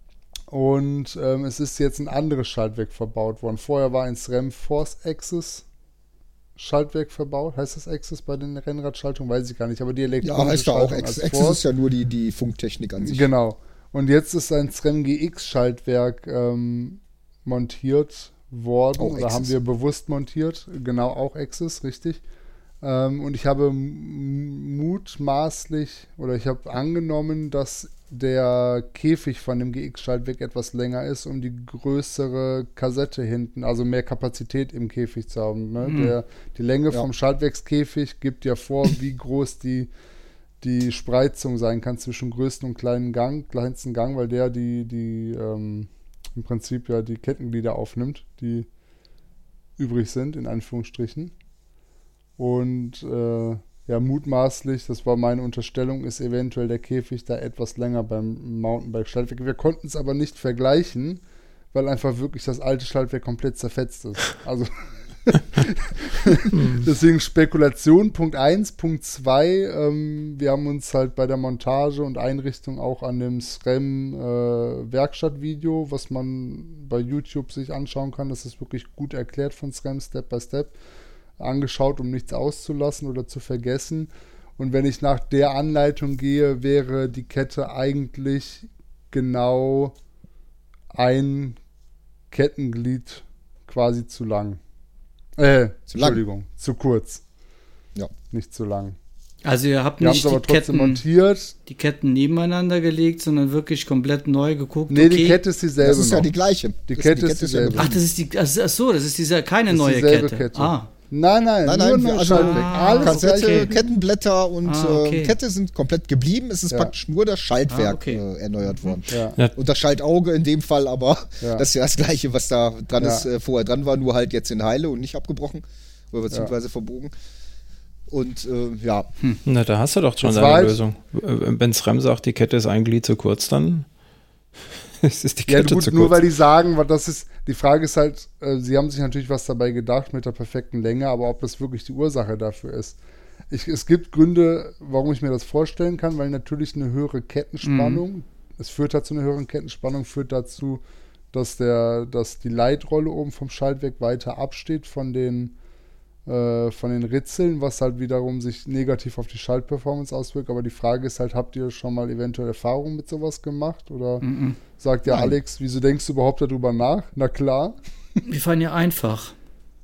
Und ähm, es ist jetzt ein anderes Schaltwerk verbaut worden. Vorher war ein SRAM Force Axis Schaltwerk verbaut. Heißt das Axis bei den Rennradschaltungen? Weiß ich gar nicht. Aber die elektronische Ja, heißt da auch Schaltung Axis. als Axis Force. ist ja nur die, die Funktechnik an sich. Genau. Und jetzt ist ein SRAM G X-Schaltwerk ähm, montiert worden. Auch Oder Axis. haben wir bewusst montiert. Genau, auch Axis, richtig. Ähm, und ich habe m- mutmaßlich, oder ich habe angenommen, dass der Käfig von dem G X-Schaltwerk etwas länger ist, um die größere Kassette hinten, also mehr Kapazität im Käfig zu haben. Ne? Mhm. Der, die Länge Ja. vom Schaltwerkskäfig gibt ja vor, wie groß die, die Spreizung sein kann zwischen größten und kleinen Gang, kleinsten Gang, weil der die, die ähm, im Prinzip ja die Kettenglieder aufnimmt, die übrig sind, in Anführungsstrichen. Und äh, ja, mutmaßlich, das war meine Unterstellung, ist eventuell der Käfig da etwas länger beim Mountainbike-Schaltwerk. Wir konnten es aber nicht vergleichen, weil einfach wirklich das alte Schaltwerk komplett zerfetzt ist. Also deswegen Spekulation, Punkt eins. Punkt zwei, ähm, wir haben uns halt bei der Montage und Einrichtung auch an dem SRAM äh, Werkstattvideo, was man bei YouTube sich anschauen kann, das ist wirklich gut erklärt von SRAM, Step by Step, angeschaut, um nichts auszulassen oder zu vergessen. Und wenn ich nach der Anleitung gehe, wäre die Kette eigentlich genau ein Kettenglied quasi zu lang. Äh, Zu lang. Entschuldigung, zu kurz. Ja. Nicht zu lang. Also ihr habt Wir haben nicht es aber die trotzdem Ketten, montiert. die Ketten nebeneinander gelegt, sondern wirklich komplett neu geguckt. Nee, okay. die Kette ist dieselbe Das ist ja noch. die gleiche. Die Das- Kette ist dieselbe. ja Ach, das ist die. Ach so, das ist diese keine Das ist neue dieselbe Kette. Kette. Ah. Nein, nein, Nein, nur nein, neues also Schaltwerk. Ah, Alles Kassette, gleiche. Kettenblätter und Ah, okay. äh, Kette sind komplett geblieben. Es ist Ja. praktisch nur das Schaltwerk Ah, okay. äh, erneuert worden. Ja. Ja. Und das Schaltauge in dem Fall, aber Ja. das ist ja das Gleiche, was da dran Ja. ist, äh, vorher dran war, nur halt jetzt in Heile und nicht abgebrochen oder beziehungsweise verbogen. Und äh, ja, Na, da hast du doch schon Das deine war halt- Lösung. Wenn SRAM sagt, die Kette ist ein Glied zu kurz, dann ist die Ja, Kette gut, zu nur kurz. weil die sagen, weil das ist, die Frage ist halt, äh, sie haben sich natürlich was dabei gedacht mit der perfekten Länge, aber ob das wirklich die Ursache dafür ist. Ich, es gibt Gründe, warum ich mir das vorstellen kann, weil natürlich eine höhere Kettenspannung, es führt halt zu einer höheren Kettenspannung, führt dazu, dass der, dass die Leitrolle oben vom Schaltwerk weiter absteht von den äh, von den Ritzeln, was halt wiederum sich negativ auf die Schaltperformance auswirkt. Aber die Frage ist halt, habt ihr schon mal eventuell Erfahrungen mit sowas gemacht? Oder Mhm. sagt ja Nein. Alex, wieso denkst du überhaupt darüber nach? Na klar. Wir fahren ja einfach.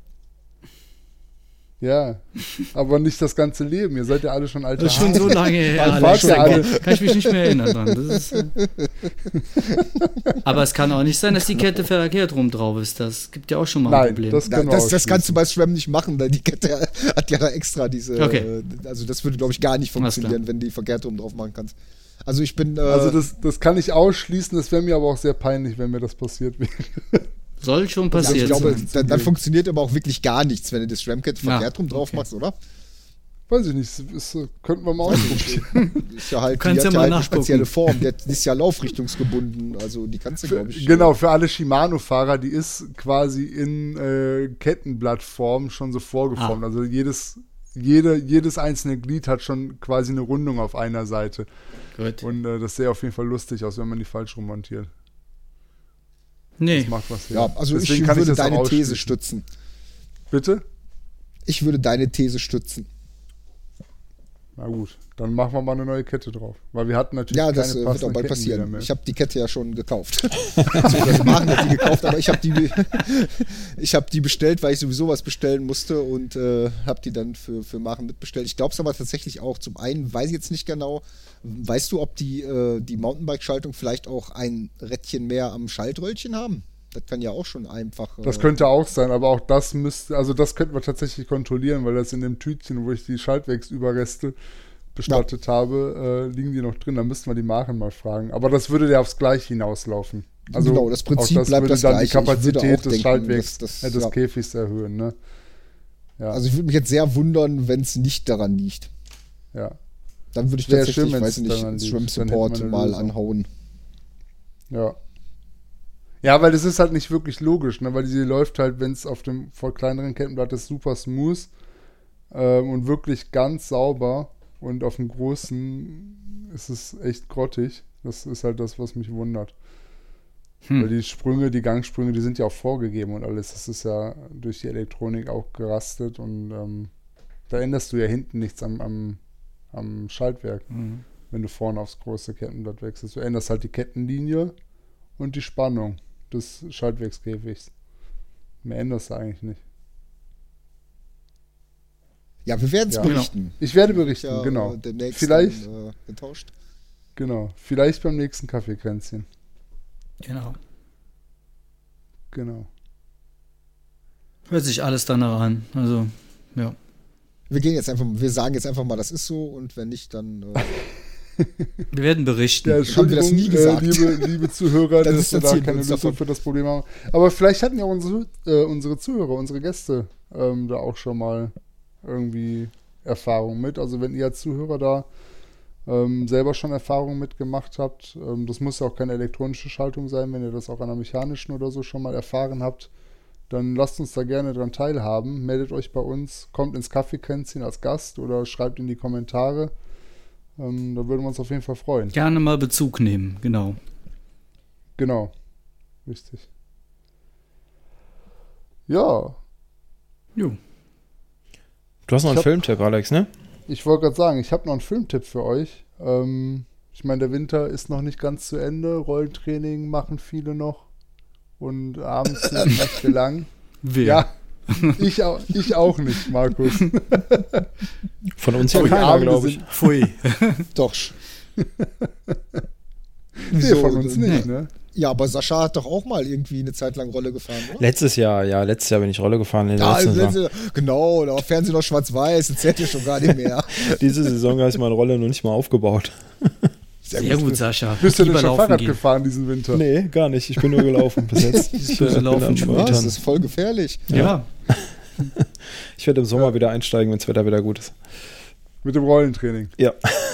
Ja, aber nicht das ganze Leben. Ihr seid ja alle schon alte Das ist schon so Hasen. lange her, Man Alex. fragt ja Da alle. kann, kann ich mich nicht mehr erinnern dran. Das ist, äh aber es kann auch nicht sein, dass die Kette verkehrt rum drauf ist. Das gibt ja auch schon mal ein Nein, Problem. das da, können wir das, das kannst du ausschließen. bei SRAM nicht machen, denn die Kette hat ja da extra diese. Okay. Äh, also das würde, glaube ich, gar nicht Alles funktionieren, klar. wenn die verkehrt rum drauf machen kannst. Also ich bin. Äh, Also das, das kann ich ausschließen. Das wäre mir aber auch sehr peinlich, wenn mir das passiert wäre. Soll schon ja, passiert ich glaube, sein. dann, dann funktioniert aber auch wirklich gar nichts, wenn du das SRAM-Kette Ja, verkehrt rum drauf okay. machst, oder? Weiß ich nicht, ist, könnten wir mal ausprobieren. Ist ja halt, die hat ja ja halt eine spezielle Form, die, hat, die ist ja laufrichtungsgebunden, also die kannst du, glaube ich... Genau, für alle Shimano-Fahrer, die ist quasi in äh, Kettenblattform schon so vorgeformt. Ah. Also jedes, jede, jedes einzelne Glied hat schon quasi eine Rundung auf einer Seite. Gut. Und äh, das sähe auf jeden Fall lustig aus, wenn man die falsch rummontiert. Nee. Das macht was her. Ja, also Deswegen ich würde ich deine These stützen. Bitte? Ich würde deine These stützen. Na gut, dann machen wir mal eine neue Kette drauf. Weil wir hatten natürlich ja, das keine wird auch bald passieren. Ich habe die Kette ja schon gekauft. Also Maren hat die gekauft, aber ich habe die, ich hab die bestellt, weil ich sowieso was bestellen musste und äh, habe die dann für, für Maren mitbestellt. Ich glaube es aber tatsächlich auch. Zum einen weiß ich jetzt nicht genau, weißt du, ob die, äh, die Mountainbike-Schaltung vielleicht auch ein Rädchen mehr am Schaltröllchen haben? Das kann ja auch schon einfach... Äh das könnte auch sein, aber auch das müsste, also das könnten wir tatsächlich kontrollieren, weil das in dem Tütchen, wo ich die Schaltwerksüberreste bestattet ja. habe, äh, liegen die noch drin. Da müssten wir die Maren mal fragen. Aber das würde ja aufs Gleiche hinauslaufen. Also genau, das Prinzip das bleibt würde das dann Gleiche. Die Kapazität des denken, Schaltwerks, dass, das, äh, des ja. Käfigs erhöhen. Ne? Ja. Also ich würde mich jetzt sehr wundern, wenn es nicht daran liegt. Ja. Dann würde ich Sehr tatsächlich, schön, weiß ich nicht, Shrimp Support mal anhauen. Ja. Ja, weil das ist halt nicht wirklich logisch, ne? Weil die läuft halt, wenn es auf dem voll kleineren Kettenblatt ist, super smooth ähm, und wirklich ganz sauber. Und auf dem großen ist es echt grottig. Das ist halt das, was mich wundert. Hm. Weil die Sprünge, die Gangsprünge, die sind ja auch vorgegeben und alles. Das ist ja durch die Elektronik auch gerastet und ähm, da änderst du ja hinten nichts am, am, am Schaltwerk, mhm. wenn du vorne aufs große Kettenblatt wechselst. Du änderst halt die Kettenlinie und die Spannung des Schaltwerkskäfigs. Mehr änderst du eigentlich nicht. Ja, wir werden es ja. berichten. Ich werde berichten, ja, genau. Demnächst vielleicht dann, äh, getauscht. Genau. Vielleicht beim nächsten Kaffeekränzchen. Genau. Genau. Hört sich alles danach an. Also, ja. Wir gehen jetzt einfach, wir sagen jetzt einfach mal, das ist so und wenn nicht, dann äh wir werden berichten. Ja, haben wir das nie gesagt. Äh, liebe, liebe Zuhörer, dass wir da keine Lösung davon. für das Problem haben. Aber vielleicht hatten ja unsere, äh, unsere Zuhörer, unsere Gäste ähm, da auch schon mal irgendwie Erfahrung mit. Also wenn ihr als Zuhörer da ähm, selber schon Erfahrungen mitgemacht habt, ähm, das muss ja auch keine elektronische Schaltung sein, wenn ihr das auch an einer mechanischen oder so schon mal erfahren habt, dann lasst uns da gerne dran teilhaben. Meldet euch bei uns, kommt ins Kaffeekränzchen als Gast oder schreibt in die Kommentare. Ähm, da würden wir uns auf jeden Fall freuen. Gerne mal Bezug nehmen, genau. Genau. Richtig. Ja. Jo. Du hast noch einen hab, Filmtipp, Alex, ne? Ich wollte gerade sagen, ich habe noch einen Filmtipp für euch. Ähm, ich meine, der Winter ist noch nicht ganz zu Ende. Rollentraining machen viele noch. Und abends sind die Nächte lang. Wer? Ja. Ich auch, ich auch nicht, Markus. Von uns ja keiner, glaube ich. Pfui. Doch. Nee, so, von uns nicht, ne? Ja, aber Sascha hat doch auch mal irgendwie eine Zeit lang Rolle gefahren, oder? Letztes Jahr, ja, letztes Jahr bin ich Rolle gefahren. Ja, letzte, genau, da war Fernsehen noch schwarz-weiß, das zählt ja schon gar nicht mehr. Diese Saison ist meine Rolle noch nicht mal aufgebaut. Sehr, Sehr gut, gut, Sascha. Bist du denn schon Fahrrad gehen. gefahren diesen Winter? Nee, gar nicht. Ich bin nur gelaufen bis jetzt. Ich bin gelaufen. Was? Das ist voll gefährlich. Ja. ja. Ich werde im Sommer ja. wieder einsteigen, wenn das Wetter wieder gut ist. Mit dem Rollentraining? Ja.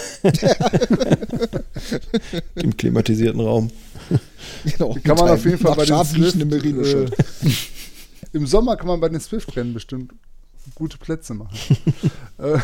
Im klimatisierten Raum. Genau. Kann man auf jeden Fall bei den Swift, äh, im Sommer kann man bei den Swift-Rennen bestimmt gute Plätze machen. äh,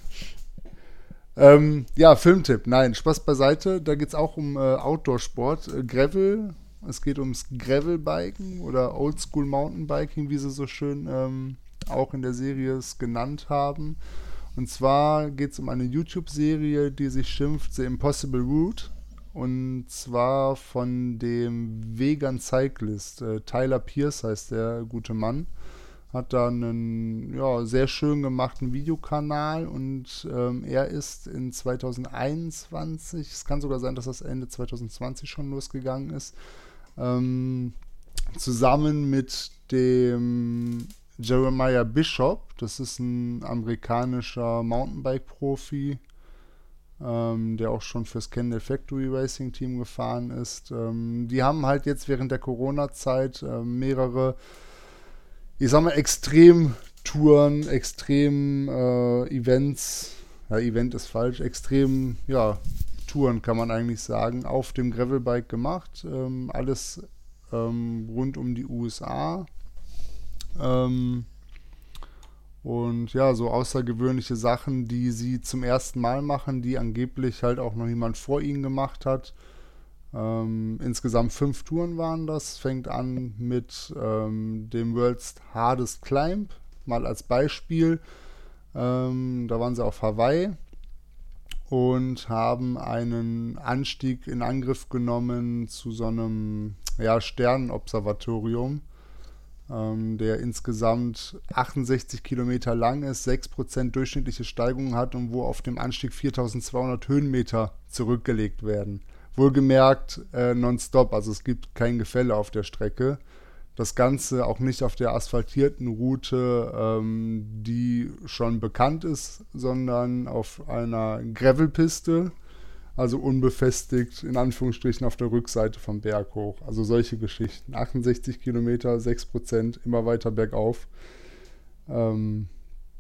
Ähm, ja, Filmtipp. Nein, Spaß beiseite. Da geht es auch um äh, Outdoor-Sport. Äh, Gravel. Es geht ums Gravel-Biken oder Oldschool Mountainbiking, wie sie so schön ähm, auch in der Serie es genannt haben. Und zwar geht es um eine YouTube-Serie, die sich schimpft The Impossible Route. Und zwar von dem Vegan Cyclist. Äh, Tyler Pierce heißt der gute Mann. Hat da einen ja, sehr schön gemachten Videokanal und ähm, er ist in zwanzig einundzwanzig, es kann sogar sein, dass das Ende zwanzig zwanzig schon losgegangen ist, ähm, zusammen mit dem Jeremiah Bishop, das ist ein amerikanischer Mountainbike-Profi, ähm, der auch schon fürs Kendall Factory Racing Team gefahren ist. Ähm, die haben halt jetzt während der Corona-Zeit äh, mehrere ich sag mal, extrem Touren, extrem äh, Events, ja, Event ist falsch, extrem, ja, Touren kann man eigentlich sagen, auf dem Gravelbike gemacht. Ähm, alles ähm, rund um die U S A. Ähm, und ja, so außergewöhnliche Sachen, die sie zum ersten Mal machen, die angeblich halt auch noch niemand vor ihnen gemacht hat. Ähm, insgesamt fünf Touren waren das. Fängt an mit ähm, dem World's Hardest Climb, mal als Beispiel. Ähm, da waren sie auf Hawaii und haben einen Anstieg in Angriff genommen zu so einem ja, Sternenobservatorium, ähm, der insgesamt achtundsechzig Kilometer lang ist, sechs Prozent durchschnittliche Steigung hat und wo auf dem Anstieg viertausendzweihundert Höhenmeter zurückgelegt werden. Wohlgemerkt äh, nonstop, also es gibt kein Gefälle auf der Strecke. Das Ganze auch nicht auf der asphaltierten Route, ähm, die schon bekannt ist, sondern auf einer Gravelpiste, also unbefestigt, in Anführungsstrichen auf der Rückseite vom Berg hoch. Also solche Geschichten. achtundsechzig Kilometer, sechs Prozent, immer weiter bergauf. Ähm,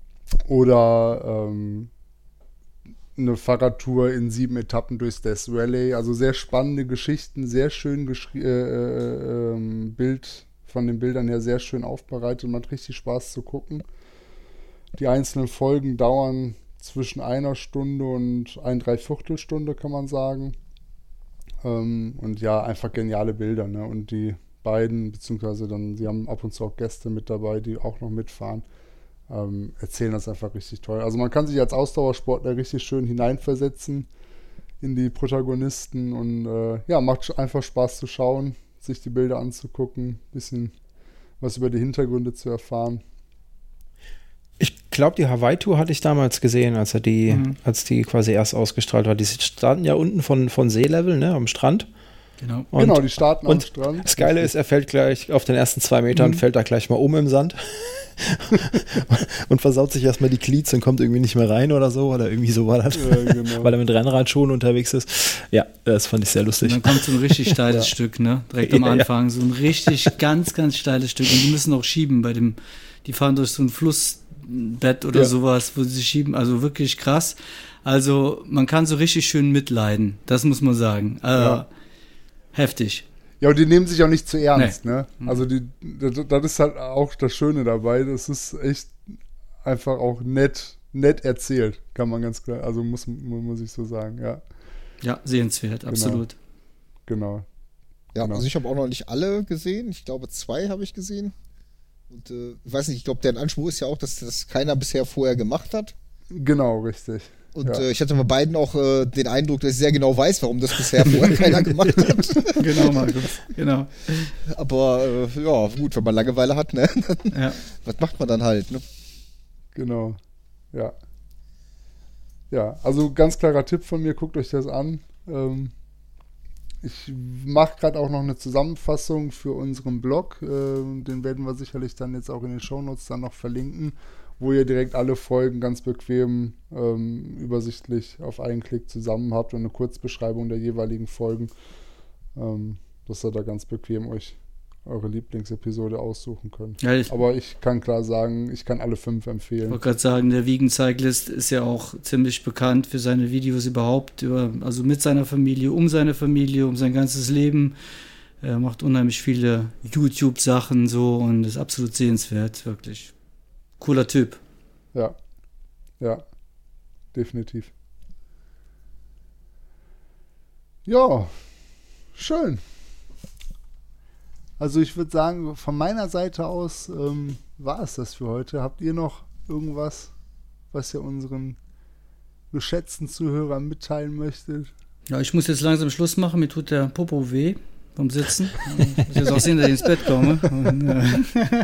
oder ähm, eine Fahrradtour in sieben Etappen durchs Death Valley. Also sehr spannende Geschichten, sehr schön geschri- äh, äh, Bild, von den Bildern her sehr schön aufbereitet. Man hat richtig Spaß zu gucken. Die einzelnen Folgen dauern zwischen einer Stunde und ein Dreiviertelstunde, kann man sagen. Ähm, und ja, einfach geniale Bilder. Ne? Und die beiden, beziehungsweise dann, sie haben ab und zu auch Gäste mit dabei, die auch noch mitfahren, ähm, erzählen das einfach richtig toll. Also man kann sich als Ausdauersportler richtig schön hineinversetzen in die Protagonisten und äh, ja, macht einfach Spaß zu schauen, sich die Bilder anzugucken, ein bisschen was über die Hintergründe zu erfahren. Ich glaube, die Hawaii-Tour hatte ich damals gesehen, als er die, mhm. als die quasi erst ausgestrahlt war. Die standen ja unten von, von Seelevel, ne, am Strand. Genau, und, genau die starten am und Strand. Das Geile ist, er fällt gleich auf den ersten zwei Metern, mhm. fällt da gleich mal um im Sand und versaut sich erstmal die Glieds und kommt irgendwie nicht mehr rein oder so, oder irgendwie so war das, ja, genau. weil er mit Rennradschuhen unterwegs ist. Ja, das fand ich sehr lustig. Und dann kommt so ein richtig steiles ja. Stück, ne? Direkt am ja, Anfang, ja. so ein richtig ganz, ganz steiles Stück. Und die müssen auch schieben bei dem, die fahren durch so ein Flussbett oder ja. sowas, wo sie schieben, also wirklich krass. Also man kann so richtig schön mitleiden, das muss man sagen. Also, ja. Heftig. Ja, und die nehmen sich auch nicht zu ernst, nee. ne? Also die, das, das ist halt auch das Schöne dabei. Das ist echt einfach auch nett, nett erzählt, kann man ganz klar, also muss, muss ich so sagen, ja. Ja, sehenswert, genau. absolut. Genau. Ja, genau. Also ich habe auch noch nicht alle gesehen. Ich glaube, zwei habe ich gesehen. Und äh, ich weiß nicht, ich glaube, deren Anspruch ist ja auch, dass das keiner bisher vorher gemacht hat. Genau, richtig. Und ja. äh, ich hatte bei beiden auch äh, den Eindruck, dass ich sehr genau weiß, warum das bisher vorher keiner gemacht hat. Genau, Markus, genau. Aber äh, ja, gut, wenn man Langeweile hat, ne? Ja. Was macht man dann halt, ne? Genau, ja. Ja, also ganz klarer Tipp von mir, guckt euch das an. Ähm, ich mache gerade auch noch eine Zusammenfassung für unseren Blog. Äh, den werden wir sicherlich dann jetzt auch in den Shownotes dann noch verlinken, wo ihr direkt alle Folgen ganz bequem, ähm, übersichtlich auf einen Klick zusammen habt und eine Kurzbeschreibung der jeweiligen Folgen, ähm, dass ihr da ganz bequem euch eure Lieblingsepisode aussuchen könnt. Ja, ich, Aber ich kann klar sagen, ich kann alle fünf empfehlen. Ich wollte gerade sagen, der Vegan Cyclist ist ja auch ziemlich bekannt für seine Videos überhaupt, über, also mit seiner Familie, um seine Familie, um sein ganzes Leben. Er macht unheimlich viele YouTube-Sachen so und ist absolut sehenswert, wirklich. Cooler Typ. Ja, ja, definitiv. Ja, schön. Also ich würde sagen, von meiner Seite aus ähm, war es das für heute. Habt ihr noch irgendwas, was ihr unseren geschätzten Zuhörern mitteilen möchtet? Ja, ich muss jetzt langsam Schluss machen. Mir tut der Popo weh vom Sitzen. Ich muss jetzt auch sehen, dass ich ins Bett komme. Und, äh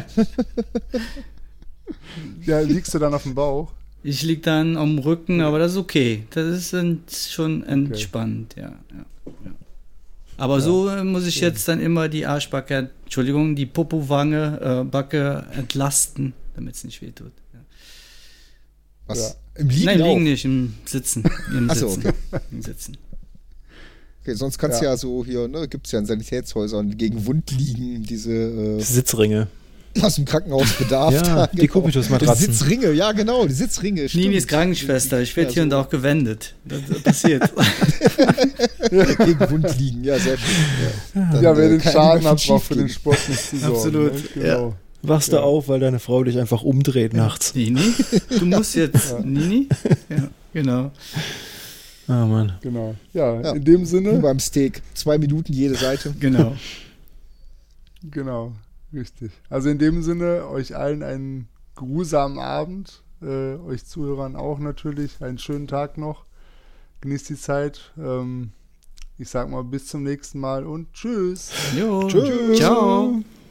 ja, liegst du dann auf dem Bauch? Ich lieg dann am Rücken, aber das ist okay. Das ist dann schon entspannt, okay. ja, ja, ja. Aber ja, so äh, muss ich ja. jetzt dann immer die Arschbacke, Entschuldigung, die Popowange, äh, Backe entlasten, damit es nicht wehtut. Ja. Was? Ja. Im Liegen? Nein, im auch? Liegen nicht, im Sitzen. Im Achso, Sitzen. okay. Im Sitzen. Okay, sonst kannst du ja. ja so hier, ne, gibt es ja in Sanitätshäusern gegen Wundliegen diese äh, Sitzringe. aus dem Krankenhausbedarf. Ja, da, die genau. Kubitusmatratzen. Die Sitzringe, ja genau, die Sitzringe. Nini ist Krankenschwester, ich werde ja, hier so. und da auch gewendet. Das, das passiert. Gegen Wund liegen, ja, sehr schön. Ja, Dann, ja wer äh, den Schaden hat, braucht für den Sport nicht zu sorgen. Absolut, ne? Genau. Ja. Wachst du ja. auf, weil deine Frau dich einfach umdreht nachts. Nini, du musst jetzt, ja. Nini? Ja, genau. Ah, Mann. Genau. Ja, ja, in dem Sinne. Wie beim Steak. Zwei Minuten jede Seite. Genau. Genau, richtig. Also in dem Sinne, euch allen einen geruhsamen Abend. Äh, euch Zuhörern auch natürlich. Einen schönen Tag noch. Genießt die Zeit. Ähm, ich sag mal bis zum nächsten Mal und tschüss. Jo, tschüss. Ciao.